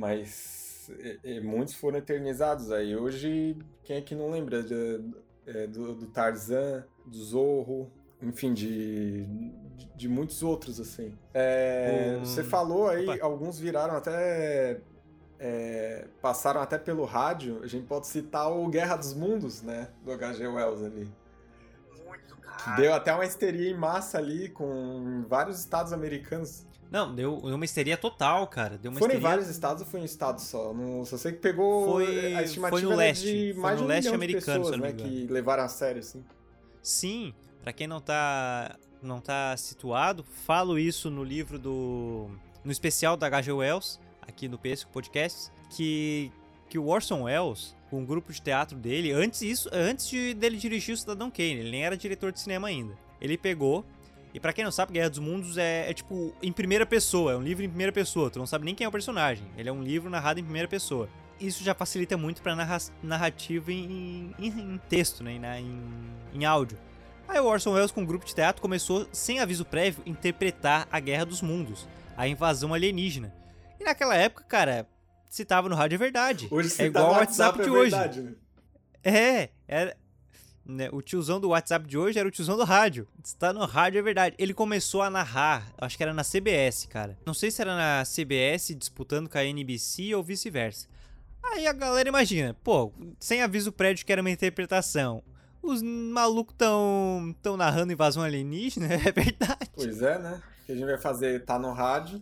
Mas e, e muitos foram eternizados. Aí hoje, quem é que não lembra de... É, do, do Tarzan, do Zorro, enfim, de, de, de muitos outros, assim. É, hum. Você falou aí, Opa. alguns viraram até... É, passaram até pelo rádio. A gente pode citar o Guerra dos Mundos, né? Do H G Wells ali. Muito, cara. Que deu até uma histeria em massa ali com vários estados americanos. Não, deu uma histeria total, cara. Deu uma Foram histeria... em vários estados ou foi em um estado só? No, só sei que pegou foi, a estimativa foi no leste, de mais foi no de um leste milhão americano, de pessoas, se eu não né, me engano. que levaram a sério, assim. Sim, pra quem não tá, não tá situado, falo isso no livro do... no especial da H G Wells, aqui no Pesco Podcast, que, que o Orson Welles, com um grupo de teatro dele, antes, isso, antes de, dele dirigir o Cidadão Kane, ele nem era diretor de cinema ainda. Ele pegou, e pra quem não sabe, Guerra dos Mundos é, é tipo em primeira pessoa, é um livro em primeira pessoa, tu não sabe nem quem é o personagem, ele é um livro narrado em primeira pessoa. Isso já facilita muito pra narra narrativa em, em, em texto, né, em, em áudio. Aí o Orson Welles, com um grupo de teatro, começou, sem aviso prévio, a interpretar a Guerra dos Mundos, a invasão alienígena. E naquela época, cara, se tava no rádio é verdade. Hoje é igual o WhatsApp, WhatsApp de é hoje. Verdade, né? É, era... Né, o tiozão do WhatsApp de hoje era o tiozão do rádio. Se tá no rádio é verdade. Ele começou a narrar, acho que era na C B S, cara. Não sei se era na C B S disputando com a N B C ou vice-versa. Aí a galera imagina, pô, sem aviso prévio que era uma interpretação. Os malucos tão, tão narrando invasão alienígena, é verdade. Pois é, né? O que a gente vai fazer tá no rádio.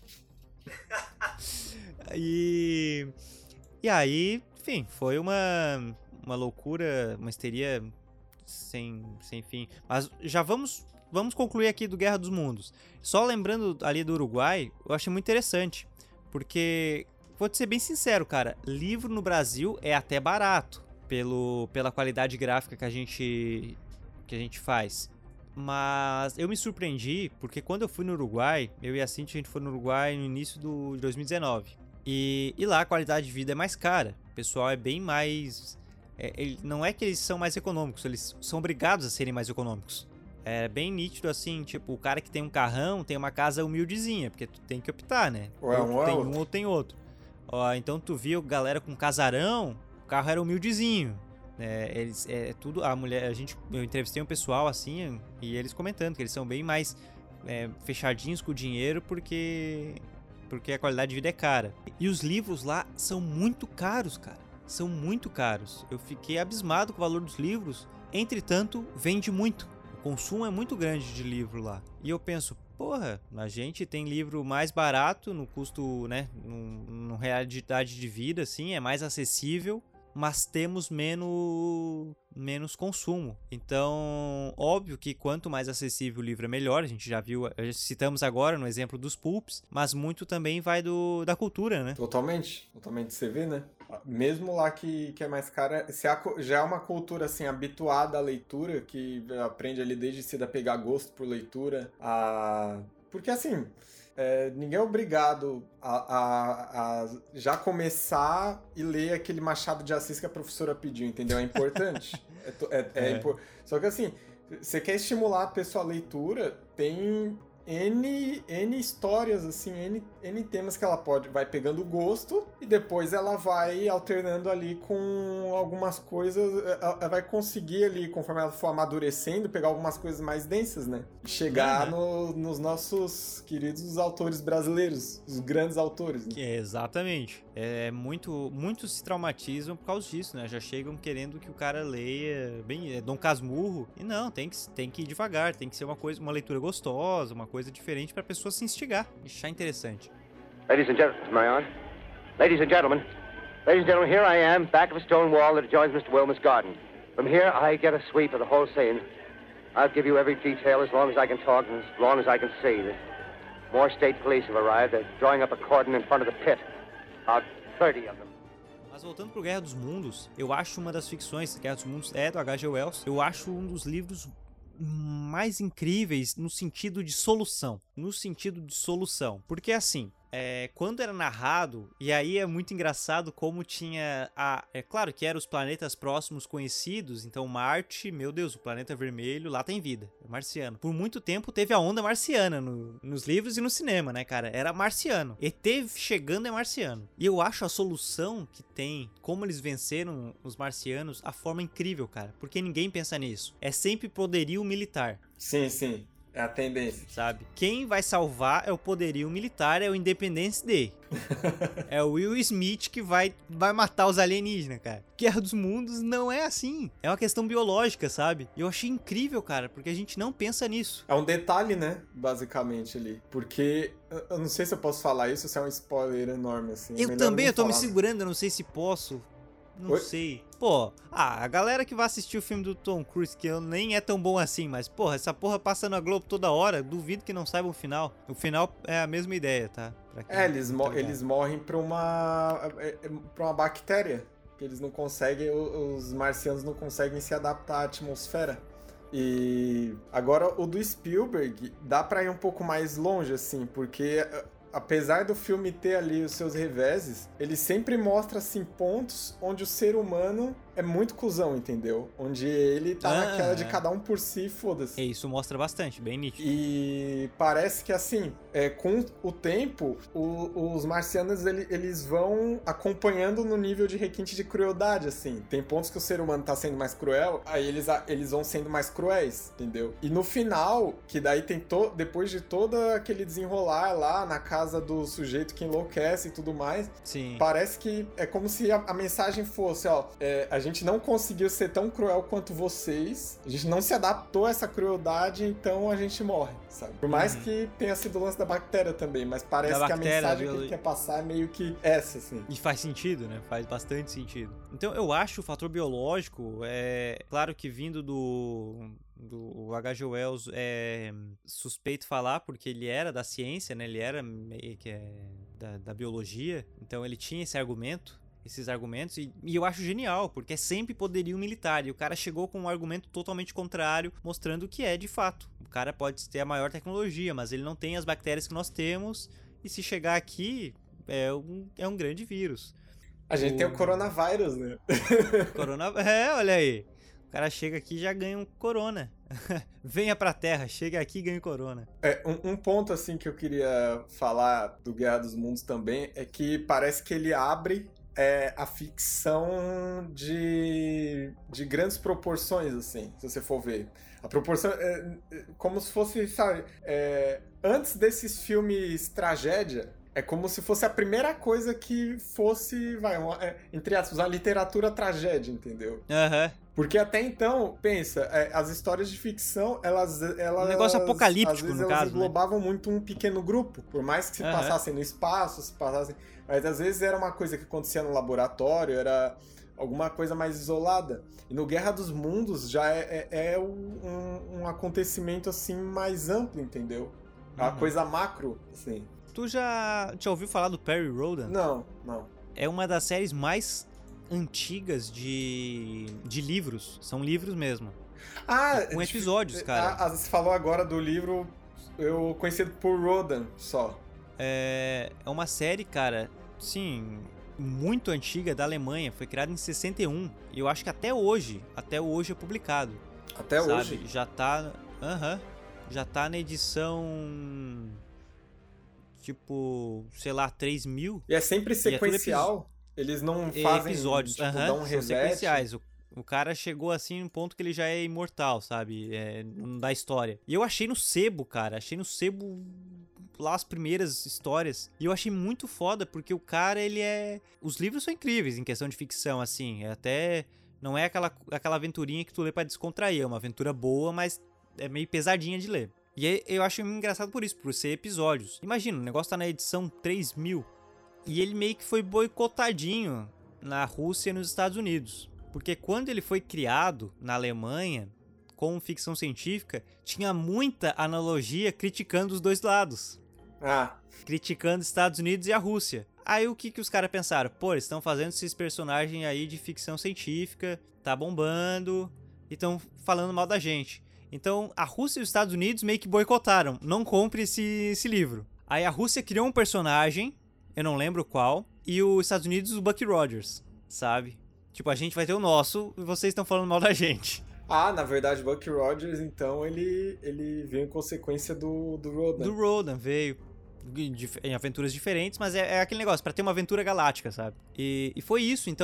e... E aí, enfim, foi uma... uma loucura, uma histeria sem, sem fim. Mas já vamos, vamos concluir aqui do Guerra dos Mundos. Só lembrando ali do Uruguai, eu achei muito interessante. Porque, vou te ser bem sincero, cara, livro no Brasil é até barato. Pelo, pela qualidade gráfica que a gente, que a gente faz. Mas eu me surpreendi, porque quando eu fui no Uruguai, eu e a Cintia, a gente foi no Uruguai no início do, de dois mil e dezenove. E, e lá a qualidade de vida é mais cara. O pessoal é bem mais... É, ele, não é que eles são mais econômicos, eles são obrigados a serem mais econômicos. É bem nítido assim, tipo, o cara que tem um carrão tem uma casa humildezinha, porque tu tem que optar, né? Ou é um ou tem ou um ou tem outro. Ó, então tu viu galera com casarão, o carro era humildezinho. É, eles, é tudo, a mulher, a gente, eu entrevistei um pessoal assim, e eles comentando que eles são bem mais é, fechadinhos com o dinheiro, porque, porque a qualidade de vida é cara. E os livros lá são muito caros, cara. São muito caros. Eu fiquei abismado com o valor dos livros. Entretanto, vende muito. O consumo é muito grande de livro lá. E eu penso, porra, a gente tem livro mais barato, no custo, né, no realidade de vida, assim, é mais acessível, mas temos menos, menos consumo. Então, óbvio que quanto mais acessível o livro é melhor, a gente já viu, citamos agora no exemplo dos pulps, mas muito também vai do, da cultura, né? Totalmente, totalmente, você vê, né? Mesmo lá que, que é mais cara, se a, já é uma cultura assim habituada à leitura, que aprende ali desde cedo a pegar gosto por leitura, a... porque assim... É, ninguém é obrigado a, a, a já começar e ler aquele Machado de Assis que a professora pediu, entendeu? É importante. é, é, é. É impor... Só que assim, você quer estimular a pessoa a leitura, tem N, N histórias, assim, N, N temas que ela pode, vai pegando gosto e depois ela vai alternando ali com algumas coisas, ela vai conseguir ali, conforme ela for amadurecendo, pegar algumas coisas mais densas, né? E chegar uhum. no, nos nossos queridos autores brasileiros, os grandes autores. Né? É, exatamente. É muito, muitos se traumatizam por causa disso, né? Já chegam querendo que o cara leia bem, é Dom Casmurro, e não, tem que, tem que ir devagar, tem que ser uma coisa, uma leitura gostosa, uma coisa diferente para a pessoa se instigar, achar interessante. Ladies and gentlemen, Marion. Ladies and gentlemen. Ladies and gentlemen, here I am, back of a stone wall that adjoins Mister Wilmer's garden. From here, I get a sweep of the whole scene. I'll give you every detail as long as I can talk and as long as I can see. More state police have arrived. They're drawing up a cordon in front of the pit. About thirty of them. Mas voltando pro Guerra dos Mundos, eu acho uma das ficções, Guerra dos Mundos é do H G Wells, eu acho um dos livros mais incríveis no sentido de solução. No sentido de solução. Porque assim, é, quando era narrado, e aí é muito engraçado como tinha a... É claro que eram os planetas próximos conhecidos, então Marte, meu Deus, o planeta vermelho, lá tem vida, é marciano. Por muito tempo teve a onda marciana no, nos livros e no cinema, né, cara? Era marciano. E teve chegando é marciano. E eu acho a solução que tem, como eles venceram os marcianos, a forma incrível, cara. Porque ninguém pensa nisso. É sempre poderio militar. Sim, sim. É a tendência. Sabe? Quem vai salvar é o poderio militar, é o Independence Day. É o Will Smith que vai, vai matar os alienígenas, cara. Guerra dos Mundos não é assim. É uma questão biológica, sabe? E eu achei incrível, cara, porque a gente não pensa nisso. É um detalhe, né? Basicamente ali. Porque, eu não sei se eu posso falar isso, se é um spoiler enorme, assim. Eu Melhor também, não eu tô me falar, né? segurando, eu não sei se posso. Não Oi? sei. Pô, ah, a galera que vai assistir o filme do Tom Cruise, que eu nem é tão bom assim, mas, porra, essa porra passa na Globo toda hora, duvido que não saiba o final. O final é a mesma ideia, tá? Pra quem É, eles, não mo tá ligado. eles morrem pra uma, é, é, pra uma bactéria. Que eles não conseguem, o- os marcianos não conseguem se adaptar à atmosfera. E agora o do Spielberg dá pra ir um pouco mais longe, assim, porque apesar do filme ter ali os seus reveses, ele sempre mostra, assim, pontos onde o ser humano é muito cuzão, entendeu? Onde ele tá Ah, naquela de é. cada um por si, foda-se. E isso mostra bastante, bem nítido. E parece que, assim, é, com o tempo, o- os marcianos, ele- eles vão acompanhando no nível de requinte de crueldade, assim. Tem pontos que o ser humano tá sendo mais cruel, aí eles, a- eles vão sendo mais cruéis, entendeu? E no final, que daí tem to, depois de todo aquele desenrolar lá na casa do sujeito que enlouquece e tudo mais, Sim. parece que é como se a, a mensagem fosse, ó, é, a gente não conseguiu ser tão cruel quanto vocês, a gente não se adaptou a essa crueldade, então a gente morre, sabe? Por mais Uhum. que tenha sido o lance da bactéria também, mas parece Da que a bactéria, mensagem que biologia. ele quer passar é meio que essa, assim. E faz sentido, né? Faz bastante sentido. Então eu acho o fator biológico, é claro que vindo do, do H G. Wells é suspeito falar, porque ele era da ciência, né? Ele era meio que é, da, da biologia, então ele tinha esse argumento, esses argumentos, e, e eu acho genial, porque é sempre poderio militar, e o cara chegou com um argumento totalmente contrário, mostrando que é de fato. O cara pode ter a maior tecnologia, mas ele não tem as bactérias que nós temos, e se chegar aqui, é um, é um grande vírus. A gente O- tem o coronavírus, né? Corona... É, olha aí. O cara chega aqui e já ganha um corona. Venha pra terra, chega aqui e ganha corona. É, um, um ponto, assim, que eu queria falar do Guerra dos Mundos também é que parece que ele abre é, a ficção de, de grandes proporções, assim, se você for ver. A proporção é, é como se fosse, sabe, é, antes desses filmes tragédia, é como se fosse a primeira coisa que fosse, vai, uma, é, entre aspas, a literatura tragédia, entendeu? Aham. Porque até então, pensa, é, as histórias de ficção, elas... elas Um negócio apocalíptico, às vezes, no elas caso, né? englobavam muito um pequeno grupo, por mais que se Aham. passassem no espaço, se passassem... Mas às vezes era uma coisa que acontecia no laboratório, era alguma coisa mais isolada. E no Guerra dos Mundos já é, é, é um, um acontecimento, assim, mais amplo, entendeu? É uma Uhum. coisa macro, assim. Tu já, já ouviu falar do Perry Rhodan? Não, não. É uma das séries mais antigas de, de livros. São livros mesmo. Ah, Com episódios, cara. Ah, você falou agora do livro, eu conhecido por Rodan, só. É, é uma série, cara, sim, muito antiga da Alemanha. Foi criada em sessenta e um. E eu acho que até hoje, até hoje é publicado. Até sabe? hoje. Já tá. Aham. já tá na edição. Tipo, sei lá, três mil. E é sempre é tudo sequencial. Eles não fazem episódios. tipo, Aham, dão um são reset. sequenciais. O, o cara chegou assim num ponto que ele já é imortal, sabe? É, não dá história. E eu achei no sebo, cara. Achei no sebo lá as primeiras histórias. E eu achei muito foda, porque o cara, ele é... Os livros são incríveis em questão de ficção, assim. É até... Não é aquela, aquela aventurinha que tu lê pra descontrair. É uma aventura boa, mas é meio pesadinha de ler. E aí, eu acho engraçado por isso, por ser episódios. Imagina, o negócio tá na edição três mil. E ele meio que foi boicotadinho na Rússia e nos Estados Unidos. Porque quando ele foi criado na Alemanha, com ficção científica, tinha muita analogia criticando os dois lados. Ah, Criticando os Estados Unidos e a Rússia. Aí o que, que os caras pensaram? Pô, eles estão fazendo esses personagens aí de ficção científica, tá bombando, e estão falando mal da gente. Então a Rússia e os Estados Unidos meio que boicotaram. Não compre esse, esse livro. Aí a Rússia criou um personagem, eu não lembro qual, e os Estados Unidos o Bucky Rogers, sabe? Tipo, a gente vai ter o nosso e vocês estão falando mal da gente. ah, na verdade, Bucky Rogers, então, ele, ele veio em consequência do, do Rodan. Do Rodan veio em aventuras diferentes, mas é, é aquele negócio, pra ter uma aventura galáctica, sabe? E, e foi isso, então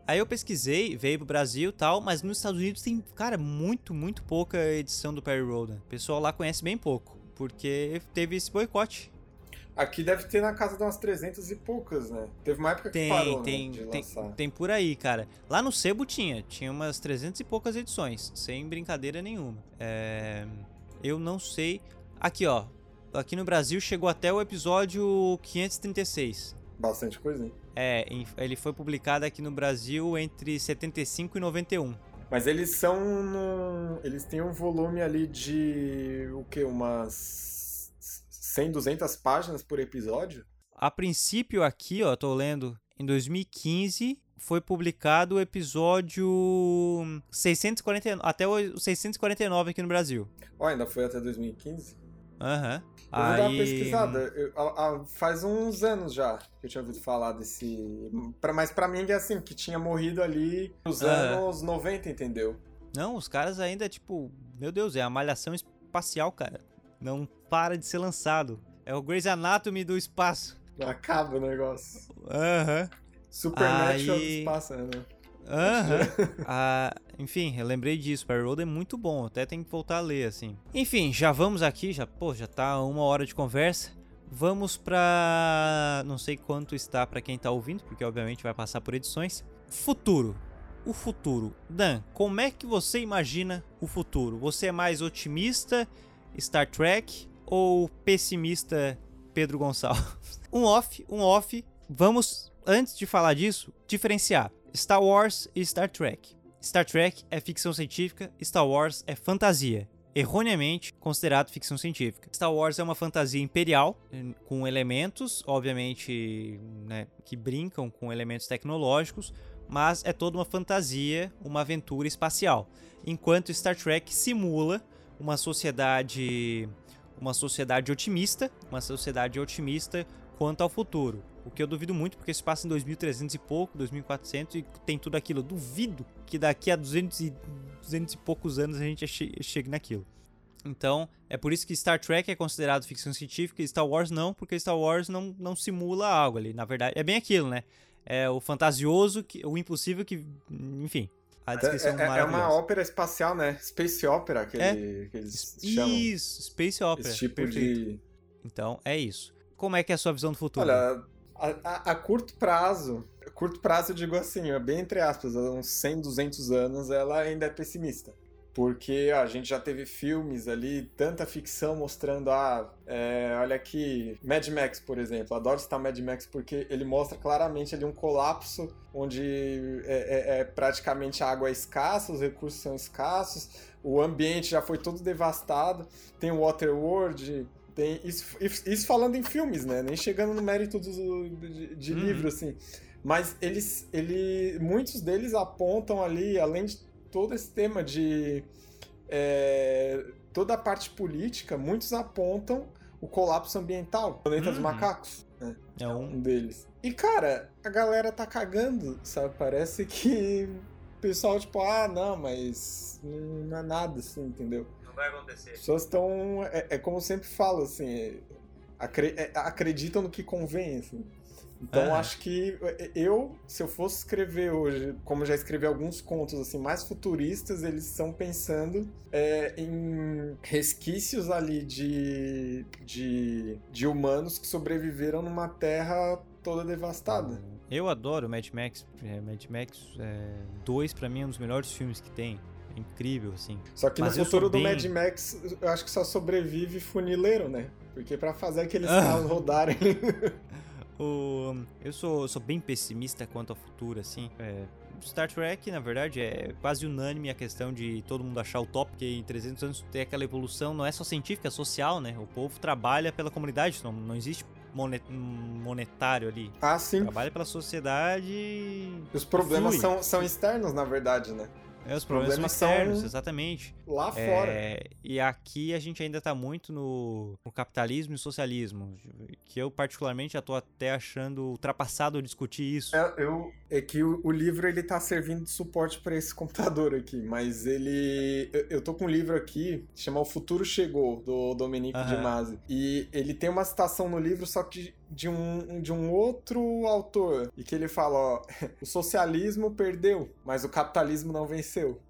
Aí eu pesquisei, veio pro Brasil e tal, mas nos Estados Unidos tem, cara, muito, muito pouca edição do Perry Rhodan. O pessoal lá conhece bem pouco, porque teve esse boicote. Aqui deve ter na casa de umas trezentas e poucas, né? Teve uma época que tem, parou, tem, né, de tem, lançar. Tem por aí, cara. Lá no Sebo tinha, tinha umas trezentas e poucas edições, sem brincadeira nenhuma. É, eu não sei... Aqui, ó, aqui no Brasil chegou até o episódio quinhentos e trinta e seis. Bastante coisa, hein? É, ele foi publicado aqui no Brasil entre setenta e cinco e noventa e um. Mas eles são... No... Eles têm um volume ali de... O quê? Umas... cem, duzentas páginas por episódio? A princípio aqui, ó, tô lendo, em dois mil e quinze foi publicado o episódio seiscentos e quarenta e nove, até o seiscentos e quarenta e nove aqui no Brasil. Ó, ainda foi até dois mil e quinze? Aham. Uhum. Eu vou Aí... dar uma pesquisada. Eu, a, a, faz uns anos já que eu tinha ouvido falar desse... Pra, mas pra mim é assim, que tinha morrido ali nos uhum. anos noventa, entendeu? Não, os caras ainda, tipo... Meu Deus, é a malhação espacial, cara. Não para de ser lançado. É o Grey's Anatomy do espaço. Acaba o negócio. Aham. Uhum. Supernatural Aí... do espaço, né? Aham. Uhum. ah, enfim, eu lembrei disso. Perry Rhodan é muito bom, até tem que voltar a ler, assim. Enfim, já vamos aqui, já, pô, já tá uma hora de conversa. Vamos pra... não sei quanto está pra quem tá ouvindo, porque obviamente vai passar por edições. Futuro. O futuro. Dan, como é que você imagina o futuro? Você é mais otimista, Star Trek, ou pessimista, Pedro Gonçalves? Um off, um off. Vamos, antes de falar disso, diferenciar Star Wars e Star Trek. Star Trek é ficção científica, Star Wars é fantasia, erroneamente considerado ficção científica. Star Wars é uma fantasia imperial, com elementos, obviamente, né, que brincam com elementos tecnológicos, mas é toda uma fantasia, uma aventura espacial. Enquanto Star Trek simula uma sociedade, uma sociedade otimista, uma sociedade otimista quanto ao futuro. O que eu duvido muito, porque se passa em dois mil e trezentos e pouco, dois mil e quatrocentos, e tem tudo aquilo. Eu duvido que daqui a duzentos e, duzentos e poucos anos a gente chegue naquilo. Então, é por isso que Star Trek é considerado ficção científica e Star Wars não, porque Star Wars não, não simula algo ali. Na verdade, é bem aquilo, né? É o fantasioso, que, o impossível que... Enfim, a descrição é, é, maravilhosa. É uma ópera espacial, né? Space Opera, que, é. ele, que eles isso, chamam. Isso, Space Opera. Esse tipo perfeito. de... Então, é isso. Como é que é a sua visão do futuro? Olha, a, a, a curto prazo, a curto prazo eu digo assim, bem entre aspas, há uns cem, duzentos anos, ela ainda é pessimista. Porque a gente já teve filmes ali, tanta ficção mostrando, ah, é, olha aqui, Mad Max, por exemplo. Adoro citar Mad Max porque ele mostra claramente ali um colapso onde é, é, é praticamente a água é escassa, os recursos são escassos, o ambiente já foi todo devastado, tem o Waterworld... Tem isso, isso falando em filmes, né? Nem chegando no mérito do, de, de uhum. livro, assim. Mas eles, ele, muitos deles apontam ali, além de todo esse tema de... É, toda a parte política, muitos apontam o colapso ambiental. O Planeta uhum. dos Macacos, né? É um. um deles. E, cara, a galera tá cagando, sabe? Parece que o pessoal, tipo, ah, não, mas não é nada, assim, entendeu? Vai acontecer. As pessoas estão... É, é como eu sempre falo, assim... Acre, é, acreditam no que convém, assim. Então, uhum. acho que eu, se eu fosse escrever hoje, como já escrevi alguns contos, assim, mais futuristas, eles estão pensando é, em resquícios ali de, de, de humanos que sobreviveram numa terra toda devastada. Eu adoro Mad Max. Mad Max dois, pra mim, é um dos melhores filmes que tem. Incrível, assim. Só que Mas no futuro do bem... Mad Max, eu acho que só sobrevive funileiro, né? Porque pra fazer aqueles carros rodarem... o... Eu sou, sou bem pessimista quanto ao futuro, assim. É... Star Trek, na verdade, é quase unânime a questão de todo mundo achar o top, porque em trezentos anos tem aquela evolução, não é só científica, é social, né? O povo trabalha pela comunidade, não, não existe monet... monetário ali. Ah, sim. Trabalha pela sociedade... Os problemas são, são externos, na verdade, né? É, os problemas, problemas são externos, exatamente. Lá fora. É, e aqui a gente ainda tá muito no, no capitalismo e socialismo, que eu particularmente já tô até achando ultrapassado discutir isso. É, eu, é que o, o livro ele tá servindo de suporte para esse computador aqui, mas ele... Eu, eu tô com um livro aqui, chama O Futuro Chegou, do Domenico de Masi, e ele tem uma citação no livro, só que de um, de um outro autor, e que ele fala, ó, o socialismo perdeu, mas o capitalismo não venceu.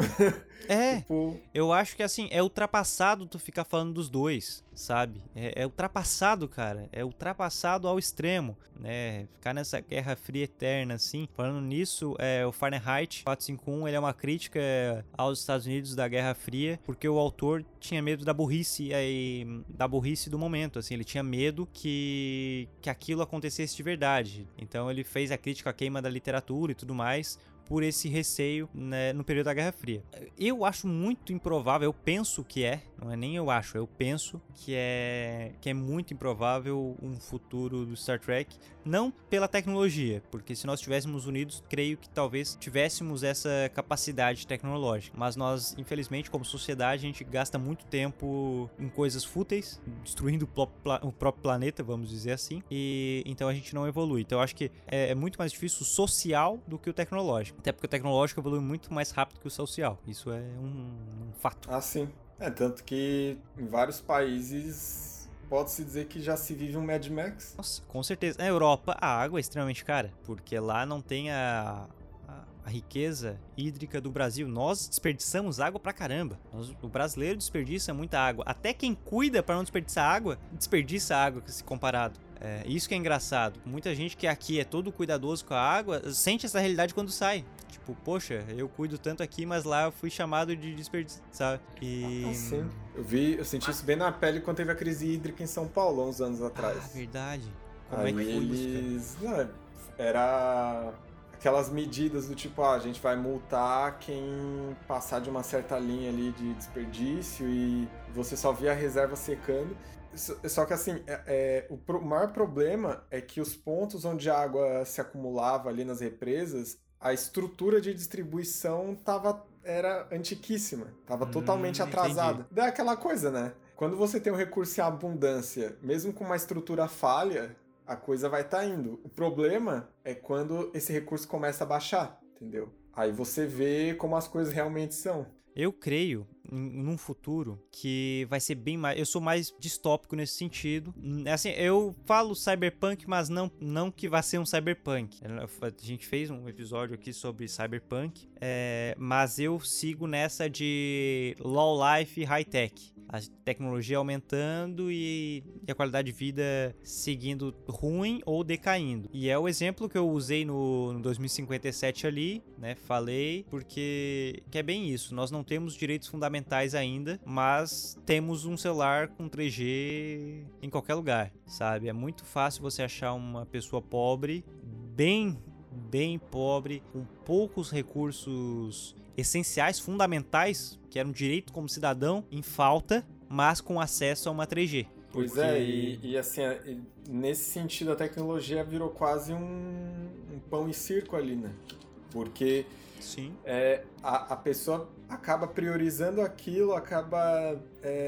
É, tipo... eu acho que assim, é ultrapassado tu ficar falando dos dois, sabe? É, é ultrapassado, cara, é ultrapassado ao extremo, né? Ficar nessa guerra fria eterna, assim. Falando nisso, é, o Fahrenheit quatrocentos e cinquenta e um, ele é uma crítica aos Estados Unidos da Guerra Fria, porque o autor tinha medo da burrice, aí, da burrice do momento, assim, ele tinha medo que, que aquilo acontecesse de verdade. Então ele fez a crítica à queima da literatura e tudo mais, por esse receio, né, no período da Guerra Fria. Eu acho muito improvável, eu penso que é, não é nem eu acho, eu penso que é, que é muito improvável um futuro do Star Trek, não pela tecnologia, porque se nós estivéssemos unidos, creio que talvez tivéssemos essa capacidade tecnológica, mas nós, infelizmente, como sociedade, a gente gasta muito tempo em coisas fúteis, destruindo o próprio planeta, vamos dizer assim, e então a gente não evolui. Então eu acho que é, é muito mais difícil o social do que o tecnológico. Até porque o tecnológico evolui muito mais rápido que o social. Isso é um, um fato. Ah, sim. É, tanto que em vários países pode-se dizer que já se vive um Mad Max. Nossa, com certeza. Na Europa, a água é extremamente cara, porque lá não tem a, a, a riqueza hídrica do Brasil. Nós desperdiçamos água pra caramba. Nós, o brasileiro desperdiça muita água. Até quem cuida pra não desperdiçar água, desperdiça água se comparado. É, isso que é engraçado. Muita gente que aqui é todo cuidadoso com a água sente essa realidade quando sai. Tipo, poxa, eu cuido tanto aqui, mas lá eu fui chamado de desperdiçar. E... Ah, sim. Eu vi, eu senti isso bem na pele quando teve a crise hídrica em São Paulo, uns anos atrás. Ah, verdade. Como Aí é que foi eles... isso, Não, era aquelas medidas do tipo, ah, a gente vai multar quem passar de uma certa linha ali de desperdício e você só via a reserva secando. Só que assim, é, é, o, pro, o maior problema é que os pontos onde a água se acumulava ali nas represas, a estrutura de distribuição tava, era antiquíssima, tava hum, totalmente atrasada. Entendi. Daí é aquela coisa, né? Quando você tem um recurso em abundância, mesmo com uma estrutura falha, a coisa vai estar tá indo. O problema é quando esse recurso começa a baixar, entendeu? Aí você vê como as coisas realmente são. Eu creio em, num futuro que vai ser bem mais... Eu sou mais distópico nesse sentido. Assim, eu falo cyberpunk, mas não, não que vá ser um cyberpunk. A gente fez um episódio aqui sobre cyberpunk, é, mas eu sigo nessa de low life e high tech. A tecnologia aumentando e, e a qualidade de vida seguindo ruim ou decaindo. E é o exemplo que eu usei no, no dois mil e cinquenta e sete ali, né? Falei, porque que é bem isso. Nós não temos direitos fundamentais ainda, mas temos um celular com três G em qualquer lugar, sabe? É muito fácil você achar uma pessoa pobre, bem, bem pobre, com poucos recursos essenciais, fundamentais, que era um direito como cidadão, em falta, mas com acesso a uma três G. Pois porque... é, e, e assim, nesse sentido a tecnologia virou quase um, um pão e circo ali, né? Porque Sim. É, a, a pessoa acaba priorizando aquilo, acaba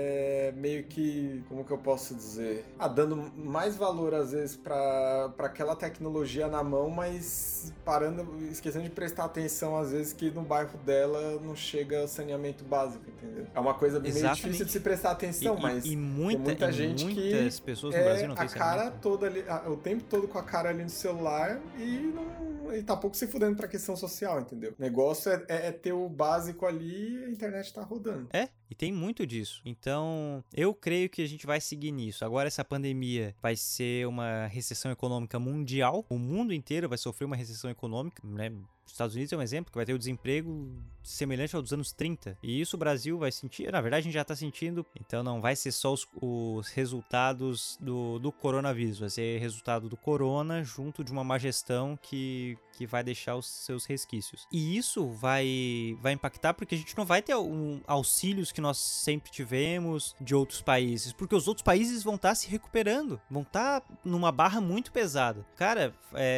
é, meio que, como que eu posso dizer? Ah, dando mais valor às vezes para aquela tecnologia na mão, mas parando, esquecendo de prestar atenção às vezes que no bairro dela não chega saneamento básico, entendeu? É uma coisa meio Exatamente. difícil de se prestar atenção, e, mas e, e muita, tem muita e gente muitas que pessoas no é Brasil não tem a cara saneamento. toda ali, o tempo todo com a cara ali no celular e não e tá pouco se fudendo pra questão social, entendeu? O negócio é, é, é ter o básico ali e a internet tá rodando. É, e tem muito disso. Então, eu creio que a gente vai seguir nisso. Agora, essa pandemia vai ser uma recessão econômica mundial. O mundo inteiro vai sofrer uma recessão econômica, né? Os Estados Unidos é um exemplo, que vai ter o desemprego semelhante ao dos anos trinta. E isso o Brasil vai sentir, na verdade a gente já está sentindo. Então não vai ser só os, os resultados do, do coronavírus, vai ser resultado do corona junto de uma má gestão que, que vai deixar os seus resquícios. E isso vai, vai impactar porque a gente não vai ter um, auxílios que nós sempre tivemos de outros países, porque os outros países vão estar tá se recuperando, vão estar tá numa barra muito pesada. Cara,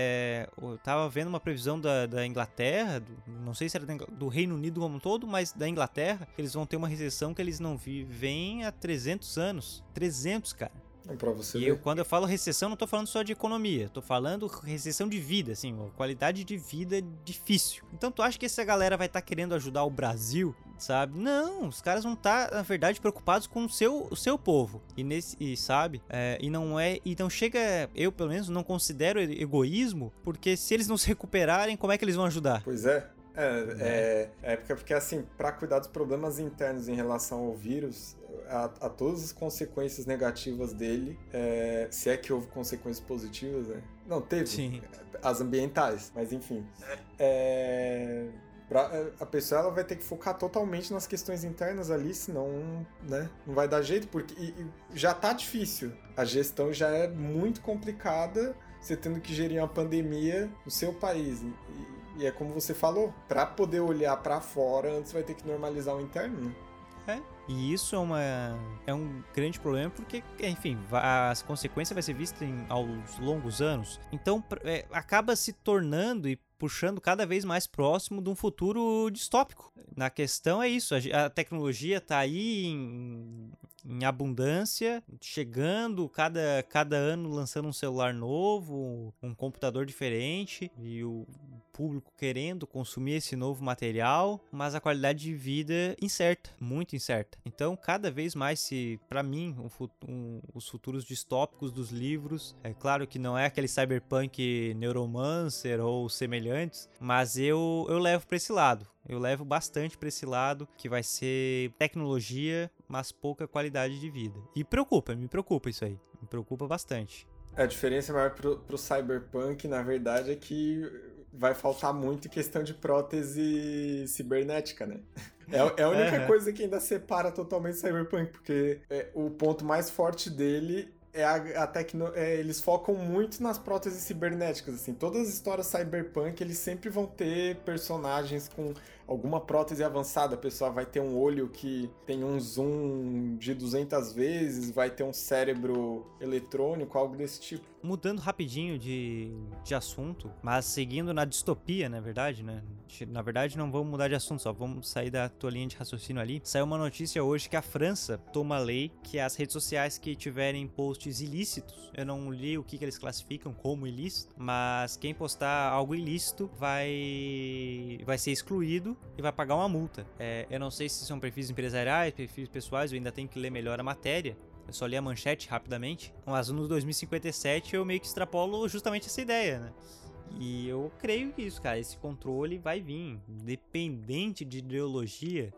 é, eu tava vendo uma previsão da, da Inglaterra, Inglaterra, do, não sei se era do Reino Unido como um todo, mas da Inglaterra, eles vão ter uma recessão que eles não vivem há trezentos anos. trezentos, cara. Pra você e ver. eu, quando eu falo recessão, não tô falando só de economia, tô falando recessão de vida, assim, uma qualidade de vida difícil. Então tu acha que essa galera vai estar tá querendo ajudar o Brasil, sabe? Não, os caras vão estar, tá, na verdade, preocupados com o seu, o seu povo. E, nesse, e sabe? É, e não é. Então chega, eu pelo menos não considero egoísmo, porque se eles não se recuperarem, como é que eles vão ajudar? Pois é. É, é, é porque, porque, assim, para cuidar dos problemas internos em relação ao vírus, a, a todas as consequências negativas dele, é, se é que houve consequências positivas, né? Não, teve. Sim. As ambientais, mas enfim. É, pra, a pessoa ela vai ter que focar totalmente nas questões internas ali, senão, né, não vai dar jeito, porque e, e já tá difícil. A gestão já é muito complicada, você tendo que gerir uma pandemia no seu país. E, E é como você falou, para poder olhar para fora, antes vai ter que normalizar o interno, né? É, e isso é, uma, é um grande problema porque, enfim, a consequência vai ser vista em, aos longos anos. Então, é, acaba se tornando e puxando cada vez mais próximo de um futuro distópico. Na questão é isso, a, a tecnologia está aí em, em abundância, chegando, cada, cada ano lançando um celular novo, um computador diferente, e o público querendo consumir esse novo material, mas a qualidade de vida incerta, muito incerta. Então, cada vez mais, se, para mim, um, um, os futuros distópicos dos livros, é claro que não é aquele cyberpunk neuromancer ou semelhantes, mas eu, eu levo para esse lado. Eu levo bastante para esse lado, que vai ser tecnologia, mas pouca qualidade de vida. E preocupa, me preocupa isso aí. Me preocupa bastante. A diferença maior pro, pro cyberpunk, na verdade, é que vai faltar muito em questão de prótese cibernética, né? É, é a única uhum. coisa que ainda separa totalmente o cyberpunk, porque é, o ponto mais forte dele é a, a tecno, é, eles focam muito nas próteses cibernéticas, assim. Todas as histórias cyberpunk, eles sempre vão ter personagens com alguma prótese avançada. A pessoa vai ter um olho que tem um zoom de duzentas vezes, vai ter um cérebro eletrônico, algo desse tipo. Mudando rapidinho de, de assunto, mas seguindo na distopia, na verdade, né? Na verdade, não vamos mudar de assunto, só vamos sair da tua linha de raciocínio ali. Saiu uma notícia hoje que a França toma lei que as redes sociais que tiverem posts ilícitos, eu não li o que, que eles classificam como ilícito, mas quem postar algo ilícito vai, vai ser excluído e vai pagar uma multa. É, eu não sei se são perfis empresariais, perfis pessoais, eu ainda tenho que ler melhor a matéria. Eu só li a manchete rapidamente. Mas no dois mil e cinquenta e sete eu meio que extrapolo justamente essa ideia, né? E eu creio que isso, cara, esse controle vai vir. Independente de ideologia,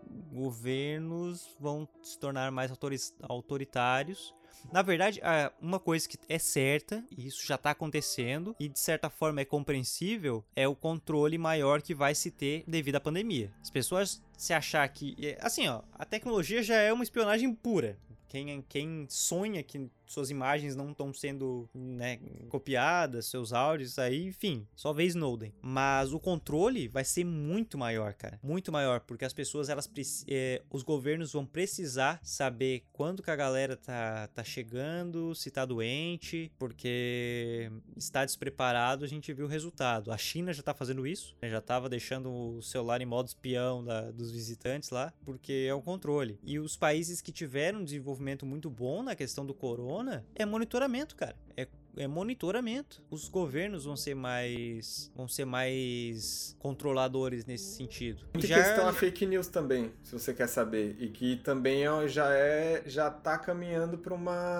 governos vão se tornar mais autoritários. Na verdade, uma coisa que é certa, e isso já está acontecendo, e de certa forma é compreensível, é o controle maior que vai se ter devido à pandemia. As pessoas se achar que... Assim, ó, a tecnologia já é uma espionagem pura. Quem, quem sonha que suas imagens não estão sendo, né, copiadas, seus áudios, aí, enfim, só vê Snowden. Mas o controle vai ser muito maior, cara. Muito maior, porque as pessoas, elas é, os governos vão precisar saber quando que a galera tá, tá chegando, se tá doente, porque está despreparado, a gente viu o resultado. A China já tá fazendo isso, né, já tava deixando o celular em modo espião da, dos visitantes lá, porque é o controle. E os países que tiveram um desenvolvimento muito bom na questão do corona, é monitoramento, cara. É, é monitoramento. Os governos vão ser mais vão ser mais controladores nesse sentido. Muita já... questão a fake news também, se você quer saber, e que também já é já tá caminhando para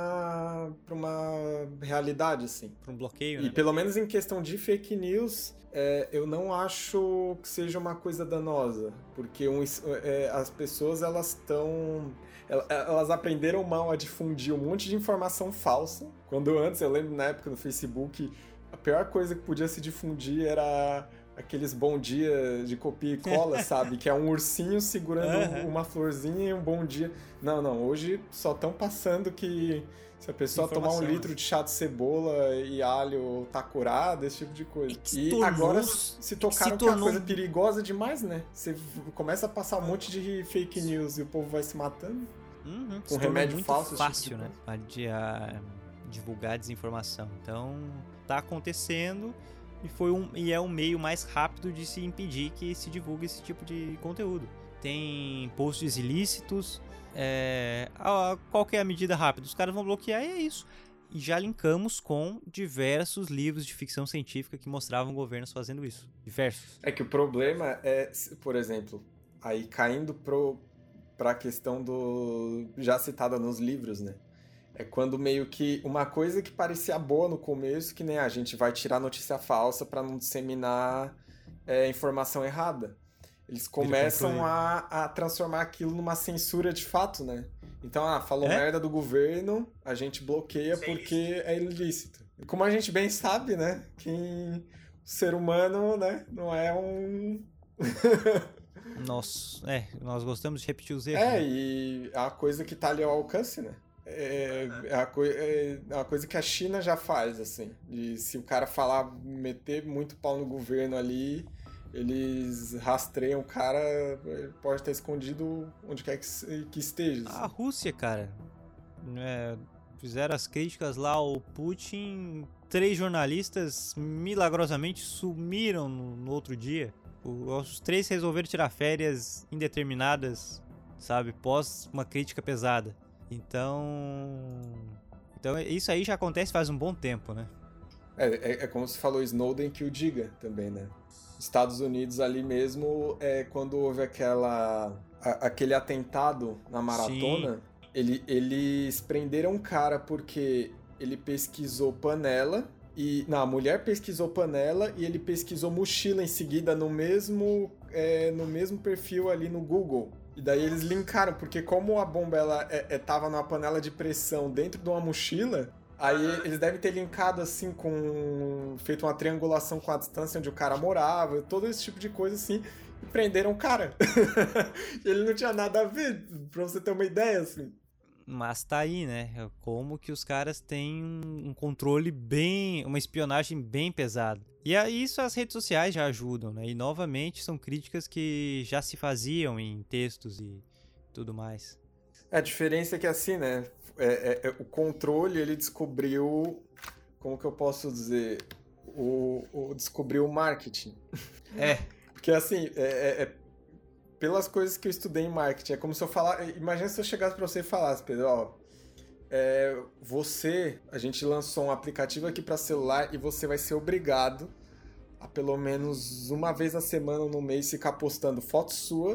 uma para uma realidade assim, para um bloqueio, e né? pelo menos em questão de fake news, é, eu não acho que seja uma coisa danosa, porque um, é, as pessoas elas estão elas aprenderam mal a difundir um monte de informação falsa. Quando antes, eu lembro na época no Facebook, a pior coisa que podia se difundir era aqueles bom dia de copia e cola, sabe? Que é um ursinho segurando uhum. uma florzinha e um bom dia. Não, não, hoje só estão passando que se a pessoa tomar um litro de chá de cebola e alho tá curada, esse tipo de coisa. E, e tornou, agora se tocaram que é uma coisa perigosa demais, né? Você começa a passar um monte de fake news e o povo vai se matando. Uhum, com remédio muito falso. Fácil, tipo de né? De, a, divulgar desinformação. Então, tá acontecendo e, foi um, e é um meio mais rápido de se impedir que se divulgue esse tipo de conteúdo. tem posts ilícitos, é, a, qual que é a medida rápida? Os caras vão bloquear e é isso. E já linkamos com diversos livros de ficção científica que mostravam governos fazendo isso. Diversos. É que o problema é, por exemplo, aí caindo pro, pra questão do já citada nos livros, né? É quando meio que uma coisa que parecia boa no começo, que nem a gente vai tirar notícia falsa para não disseminar é, informação errada. Eles começam a, a transformar aquilo numa censura de fato, né? Então, ah, falou é? merda do governo, a gente bloqueia Sim. porque é ilícito. E como a gente bem sabe, né? Que o ser humano, né, não é um... Nossa, é, nós gostamos de repetir os erros. É, né? E a coisa que tá ali ao alcance, né? É, é, a coi- é a coisa que a China já faz, assim. De se o cara falar, meter muito pau no governo ali, eles rastreiam o cara, pode estar escondido onde quer que, que esteja. Assim. A Rússia, cara, é, fizeram as críticas lá ao Putin, três jornalistas milagrosamente sumiram no, no outro dia. Os três resolveram tirar férias indeterminadas, sabe, pós uma crítica pesada. Então, então isso aí já acontece faz um bom tempo, né? É, é, é como se falou Snowden que o diga também, né? Estados Unidos ali mesmo, é, quando houve aquela, a, aquele atentado na maratona, ele, eles prenderam um cara porque ele pesquisou panela, e não, a mulher pesquisou panela e ele pesquisou mochila em seguida no mesmo, é, no mesmo perfil ali no Google. E daí eles linkaram, porque como a bomba ela é, é, tava numa panela de pressão dentro de uma mochila, aí eles devem ter linkado assim com... feito uma triangulação com a distância onde o cara morava, todo esse tipo de coisa assim, e prenderam o cara. Ele não tinha nada a ver, pra você ter uma ideia, assim. Mas tá aí, né? Como que os caras têm um controle bem... uma espionagem bem pesada. E aí isso as redes sociais já ajudam, né? E novamente são críticas que já se faziam em textos e tudo mais. A diferença é que assim, né? É, é, é, o controle, ele descobriu... Como que eu posso dizer? O, o descobriu o marketing. É. Porque assim, é, é, é, pelas coisas que eu estudei em marketing, é como se eu falar... Imagina se eu chegasse pra você e falasse, Pedro, ó... É, você, a gente lançou um aplicativo aqui para celular e você vai ser obrigado a pelo menos uma vez na semana ou no mês ficar postando foto sua,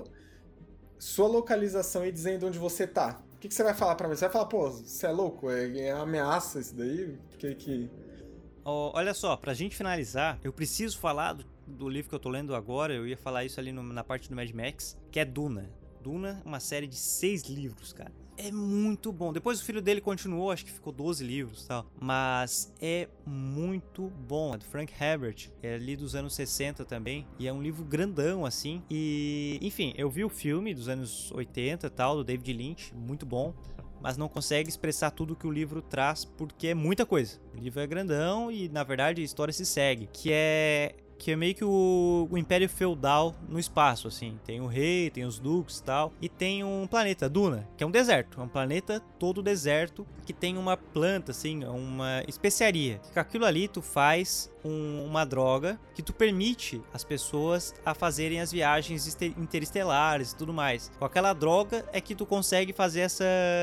sua localização e dizendo onde você tá. O que, que você vai falar para mim? Você vai falar, pô, você é louco? É, é ameaça isso daí? Que, que... Oh, olha só, pra gente finalizar, eu preciso falar do, do livro que eu tô lendo agora, eu ia falar isso ali no, na parte do Mad Max, que é Duna. Duna é uma série de seis livros, cara. É muito bom. Depois o filho dele continuou, acho que ficou doze livros e tal. Mas é muito bom. É do Frank Herbert. É ali dos anos sessenta também. E é um livro grandão, assim. E, enfim, eu vi o filme dos anos oitenta e tal, do David Lynch. Muito bom. Mas não consegue expressar tudo que o livro traz, porque é muita coisa. O livro é grandão e, na verdade, a história se segue. Que é... que é meio que o, o Império Feudal no espaço, assim. Tem o rei, tem os duques e tal. E tem um planeta, Duna, que é um deserto. É um planeta todo deserto, que tem uma planta, assim, uma especiaria. Com aquilo ali, tu faz um, uma droga que tu permite as pessoas a fazerem as viagens interestelares e tudo mais. Com aquela droga é que tu consegue fazer essa...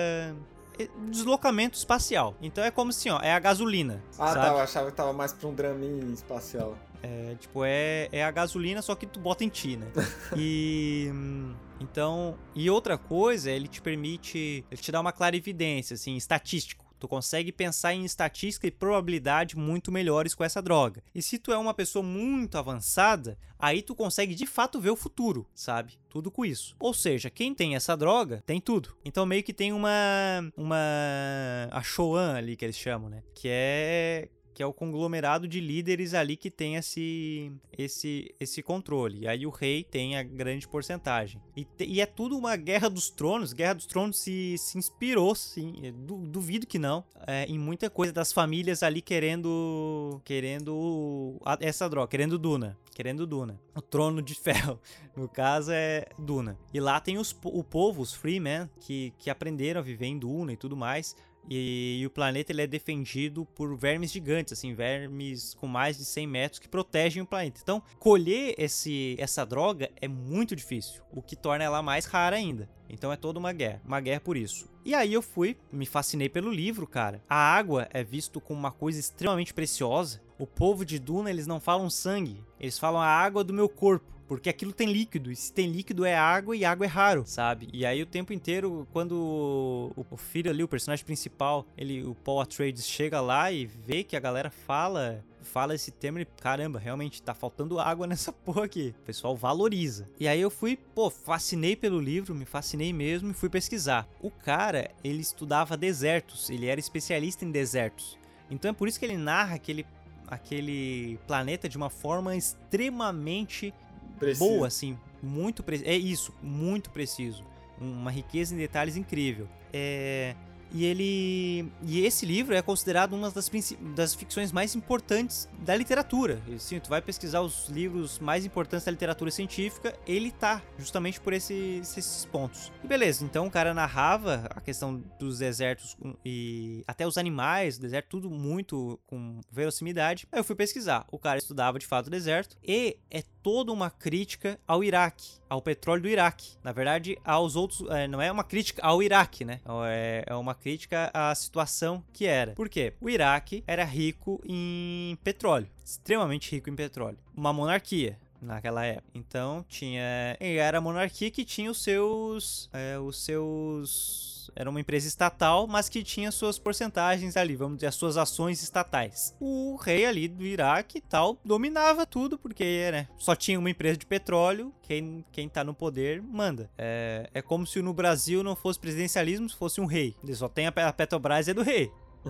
deslocamento espacial. Então é como assim, ó, é a gasolina. Ah, sabe? Tá, eu achava que tava mais pra um draminho espacial. É, tipo, é, é a gasolina, só que tu bota em ti, né? E... então... E outra coisa, ele te permite... Ele te dá uma clarividência, assim, estatístico. Tu consegue pensar em estatística e probabilidade muito melhores com essa droga. E se tu é uma pessoa muito avançada, aí tu consegue de fato ver o futuro, sabe? Tudo com isso. Ou seja, quem tem essa droga, tem tudo. Então meio que tem uma... Uma... A Shoan ali, que eles chamam, né? Que é... que é o conglomerado de líderes ali que tem esse, esse, esse controle. E aí o rei tem a grande porcentagem. E, te, e é tudo uma Guerra dos Tronos. Guerra dos Tronos se, se inspirou, sim, du, duvido que não, é, em muita coisa das famílias ali querendo, querendo a, essa droga, querendo Duna. Querendo Duna. O Trono de Ferro, no caso, é Duna. E lá tem os, o povo, os Freemen, que, que aprenderam a viver em Duna e tudo mais. e, e o planeta ele é defendido por vermes gigantes, assim, vermes com mais de cem metros que protegem o planeta. Então, colher esse, essa droga é muito difícil, o que torna ela mais rara ainda. Então é toda uma guerra, uma guerra por isso. E aí eu fui, me fascinei pelo livro, cara. A água é visto como uma coisa extremamente preciosa. O povo de Duna, eles não falam sangue, eles falam a água do meu corpo. Porque aquilo tem líquido, e se tem líquido é água, e água é raro, sabe? E aí o tempo inteiro, quando o filho ali, o personagem principal, ele, o Paul Atreides chega lá e vê que a galera fala, fala esse termo e, caramba, realmente tá faltando água nessa porra aqui. O pessoal valoriza. E aí eu fui, pô, fascinei pelo livro, me fascinei mesmo e fui pesquisar. O cara, ele estudava desertos, ele era especialista em desertos. Então é por isso que ele narra aquele, aquele planeta de uma forma extremamente... Preciso. Boa, assim, muito preciso. É isso, muito preciso. Uma riqueza em detalhes incrível. É... E ele. E esse livro é considerado uma das, princip... das ficções mais importantes da literatura. E, sim, tu vai pesquisar os livros mais importantes da literatura científica, ele tá justamente por esses, esses pontos. E beleza, então o cara narrava a questão dos desertos e até os animais, o deserto, tudo muito com verossimilidade. Aí eu fui pesquisar. O cara estudava de fato o deserto e é toda uma crítica ao Iraque, ao petróleo do Iraque. Na verdade, aos outros. É, não é uma crítica ao Iraque, né? É, é uma crítica à situação que era. Por quê? O Iraque era rico em petróleo, extremamente rico em petróleo. Uma monarquia naquela época. Então tinha. E era a monarquia que tinha os seus. É, os seus. Era uma empresa estatal, mas que tinha suas porcentagens ali, vamos dizer, as suas ações estatais. O rei ali do Iraque e tal dominava tudo, porque né, só tinha uma empresa de petróleo, quem, quem tá no poder manda. É, é como se no Brasil não fosse presidencialismo, se fosse um rei. Ele só tem a Petrobras, é do rei.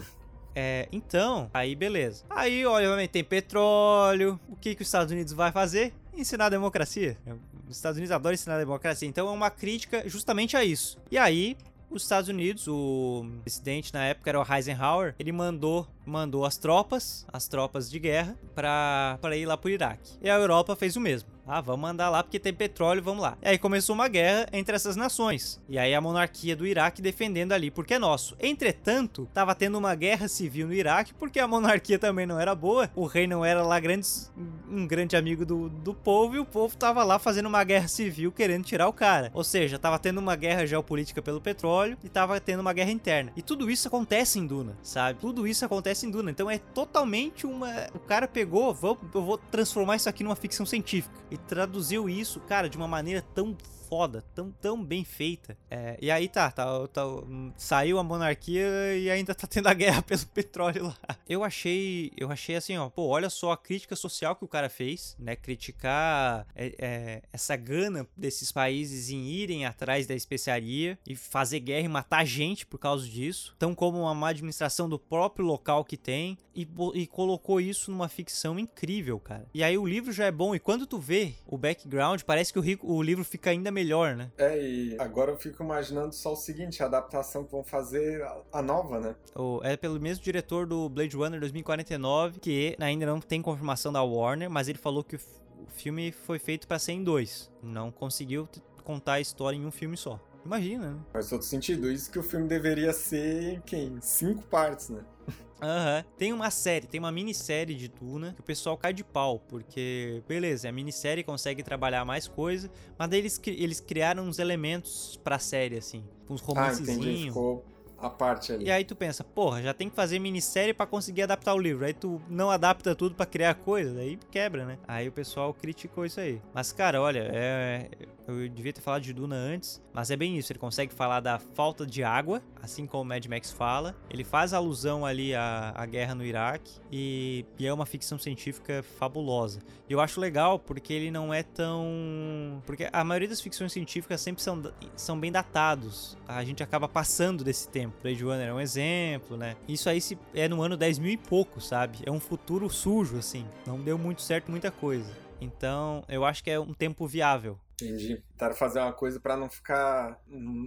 É, então, aí beleza. Aí, obviamente, tem petróleo. O que, que os Estados Unidos vai fazer? Ensinar a democracia. Os Estados Unidos adoram ensinar a democracia. Então é uma crítica justamente a isso. E aí, os Estados Unidos, o presidente na época era o Eisenhower, ele mandou, mandou as tropas, as tropas de guerra, pra, pra ir lá pro Iraque. E a Europa fez o mesmo. Ah, vamos mandar lá porque tem petróleo, vamos lá. E aí começou uma guerra entre essas nações. E aí a monarquia do Iraque defendendo ali, porque é nosso. Entretanto, tava tendo uma guerra civil no Iraque, porque a monarquia também não era boa. O rei não era lá grandes, um grande amigo do, do povo, e o povo tava lá fazendo uma guerra civil, querendo tirar o cara. Ou seja, tava tendo uma guerra geopolítica pelo petróleo, e tava tendo uma guerra interna. E tudo isso acontece em Duna, sabe? Tudo isso acontece em Duna. Então é totalmente uma... O cara pegou, vou, eu vou transformar isso aqui numa ficção científica. E traduziu isso, cara, de uma maneira tão foda, tão, tão bem feita. É, e aí tá, tá, tá, saiu a monarquia e ainda tá tendo a guerra pelo petróleo lá. Eu achei, eu achei assim, ó, pô, olha só a crítica social que o cara fez, né? Criticar é, é, essa gana desses países em irem atrás da especiaria e fazer guerra e matar gente por causa disso, tão como uma má administração do próprio local que tem, e, e colocou isso numa ficção incrível, cara. E aí o livro já é bom, e quando tu vê o background, parece que o, rico, o livro fica ainda melhor, né? É, e agora eu fico imaginando só o seguinte, a adaptação que vão fazer, a, a nova, né? O, é pelo mesmo diretor do Blade Runner dois mil e quarenta e nove, que ainda não tem confirmação da Warner, mas ele falou que o, o filme foi feito pra ser em dois. Não conseguiu t- contar a história em um filme só. Imagina, né? Faz todo sentido. Isso que o filme deveria ser, quem? Cinco partes, né? Aham. Uhum. Tem uma série, tem uma minissérie de Duna que o pessoal cai de pau, porque, beleza, a minissérie consegue trabalhar mais coisa, mas daí eles, eles criaram uns elementos pra série, assim, uns romancezinhos. Ah, entendi. Ficou a parte ali. E aí tu pensa, porra, já tem que fazer minissérie pra conseguir adaptar o livro. Aí tu não adapta tudo pra criar coisa, daí quebra, né? Aí o pessoal criticou isso aí. Mas, cara, olha, é... eu devia ter falado de Duna antes, mas é bem isso. Ele consegue falar da falta de água, assim como o Mad Max fala. Ele faz alusão ali à, à guerra no Iraque e, e é uma ficção científica fabulosa. E eu acho legal porque ele não é tão... Porque a maioria das ficções científicas sempre são, são bem datados. A gente acaba passando desse tempo. Blade Runner é um exemplo, né? Isso aí se, é no ano dez mil e pouco, sabe? É um futuro sujo, assim. Não deu muito certo muita coisa. Então, eu acho que é um tempo viável Entendi. Tentaram fazer uma coisa pra não ficar...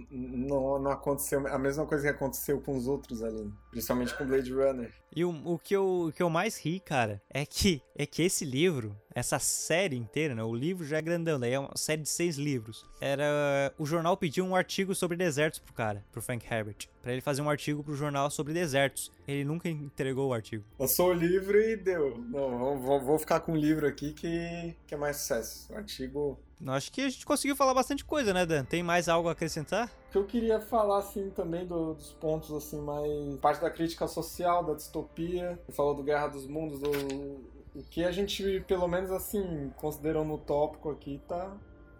Não, não aconteceu a mesma coisa que aconteceu com os outros ali. Principalmente com Blade Runner. E o, o, que eu, o que eu mais ri, cara, é que, é que esse livro, essa série inteira, né? O livro já é grandão, daí é uma série de seis livros. Era... O jornal pediu um artigo sobre desertos pro cara, pro Frank Herbert. Pra ele fazer um artigo pro jornal sobre desertos. Ele nunca entregou o artigo. Lançou o livro e deu. Não, vou, vou ficar com o livro aqui que, que é mais sucesso. O artigo... Acho que a gente conseguiu falar bastante coisa, né, Dan? Tem mais algo a acrescentar? O que eu queria falar, assim, também do, dos pontos, assim, mais... Parte da crítica social, da distopia. Você falou do Guerra dos Mundos, do... O que a gente, pelo menos, assim, considerou no tópico aqui, tá...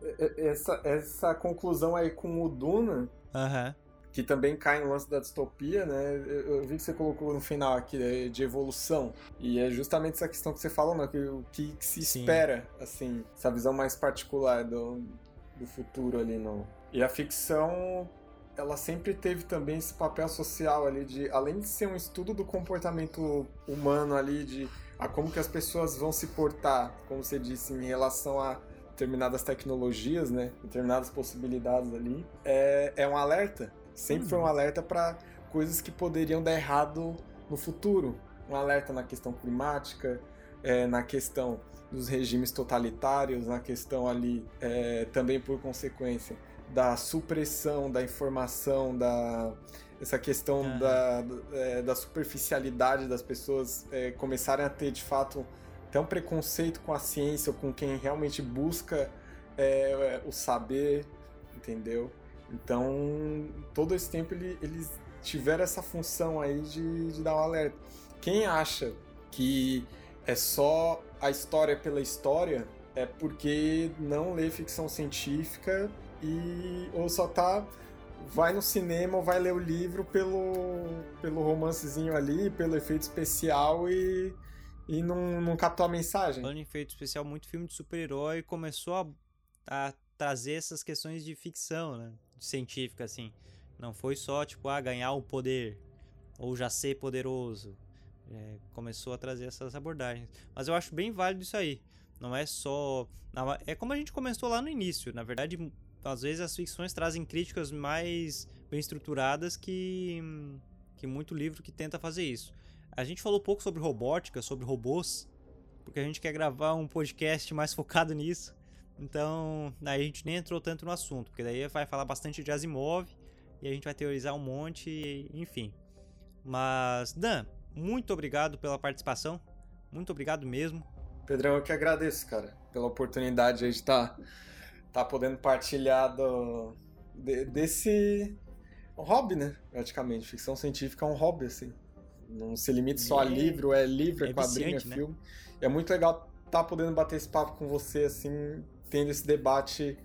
Essa, essa conclusão aí com o Duna... Aham. Uhum. Que também cai no lance da distopia, né? Eu vi que você colocou no final aqui de evolução. E é justamente essa questão que você falou, né? Que, o que se Sim. espera, assim, essa visão mais particular do, do futuro ali. No... E a ficção, ela sempre teve também esse papel social ali, de além de ser um estudo do comportamento humano ali, de a como que as pessoas vão se portar, como você disse, em relação a determinadas tecnologias, né? Determinadas possibilidades ali. É, é um alerta. Sempre uhum. foi um alerta para coisas que poderiam dar errado no futuro. Um alerta na questão climática, é, na questão dos regimes totalitários, na questão ali, é, também por consequência, da supressão da informação, da, essa questão uhum. da, é, da superficialidade das pessoas é, começarem a ter, de fato, até um preconceito com a ciência ou com quem realmente busca é, o saber, entendeu? Então, todo esse tempo ele, eles tiveram essa função aí de, de dar um alerta. Quem acha que é só a história pela história é porque não lê ficção científica e ou só tá vai no cinema ou vai ler o livro pelo, pelo romancezinho ali, pelo efeito especial e, e não, não captou a mensagem. Falando em efeito especial, muito filme de super-herói começou a, a trazer essas questões de ficção, né? Científica, assim. Não foi só, tipo, ah, ganhar o poder ou já ser poderoso. É, começou a trazer essas abordagens. Mas eu acho bem válido isso aí. Não é só... Não, é como a gente começou lá no início. Na verdade, às vezes as ficções trazem críticas mais bem estruturadas que, que muito livro que tenta fazer isso. A gente falou pouco sobre robótica, sobre robôs, porque a gente quer gravar um podcast mais focado nisso. Então, aí a gente nem entrou tanto no assunto, porque daí vai falar bastante de Asimov e a gente vai teorizar um monte, enfim. Mas, Dan, muito obrigado pela participação, muito obrigado mesmo. Pedrão, eu que agradeço, cara, pela oportunidade aí de estar tá, tá podendo partilhar do, de, desse hobby, né, praticamente. Ficção científica é um hobby, assim. Não se limita só é, a livro, é livro, é, é quadrinho, viciante, é filme. Né? É muito legal estar tá podendo bater esse papo com você, assim, tendo esse debate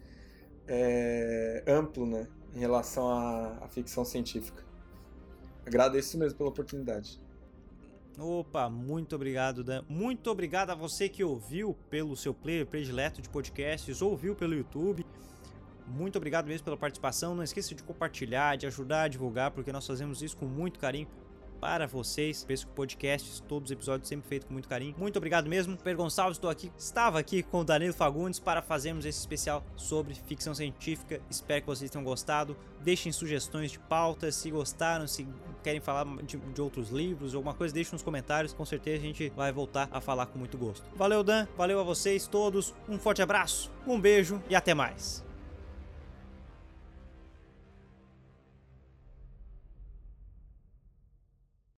é, amplo, né, em relação à, à ficção científica. Agradeço mesmo pela oportunidade. Opa, muito obrigado, Dan. Muito obrigado a você que ouviu pelo seu player predileto de podcasts, ouviu pelo YouTube. Muito obrigado mesmo pela participação. Não esqueça de compartilhar, de ajudar a divulgar, porque nós fazemos isso com muito carinho para vocês. Penso que podcasts, todos os episódios sempre feitos com muito carinho. Muito obrigado mesmo. Pedro Gonçalves, estou aqui, estava aqui com o Danilo Fagundes para fazermos esse especial sobre ficção científica. Espero que vocês tenham gostado. Deixem sugestões de pautas, se gostaram, se querem falar de, de outros livros, alguma coisa, deixem nos comentários. Com certeza a gente vai voltar a falar com muito gosto. Valeu, Dan. Valeu a vocês todos. Um forte abraço, um beijo e até mais.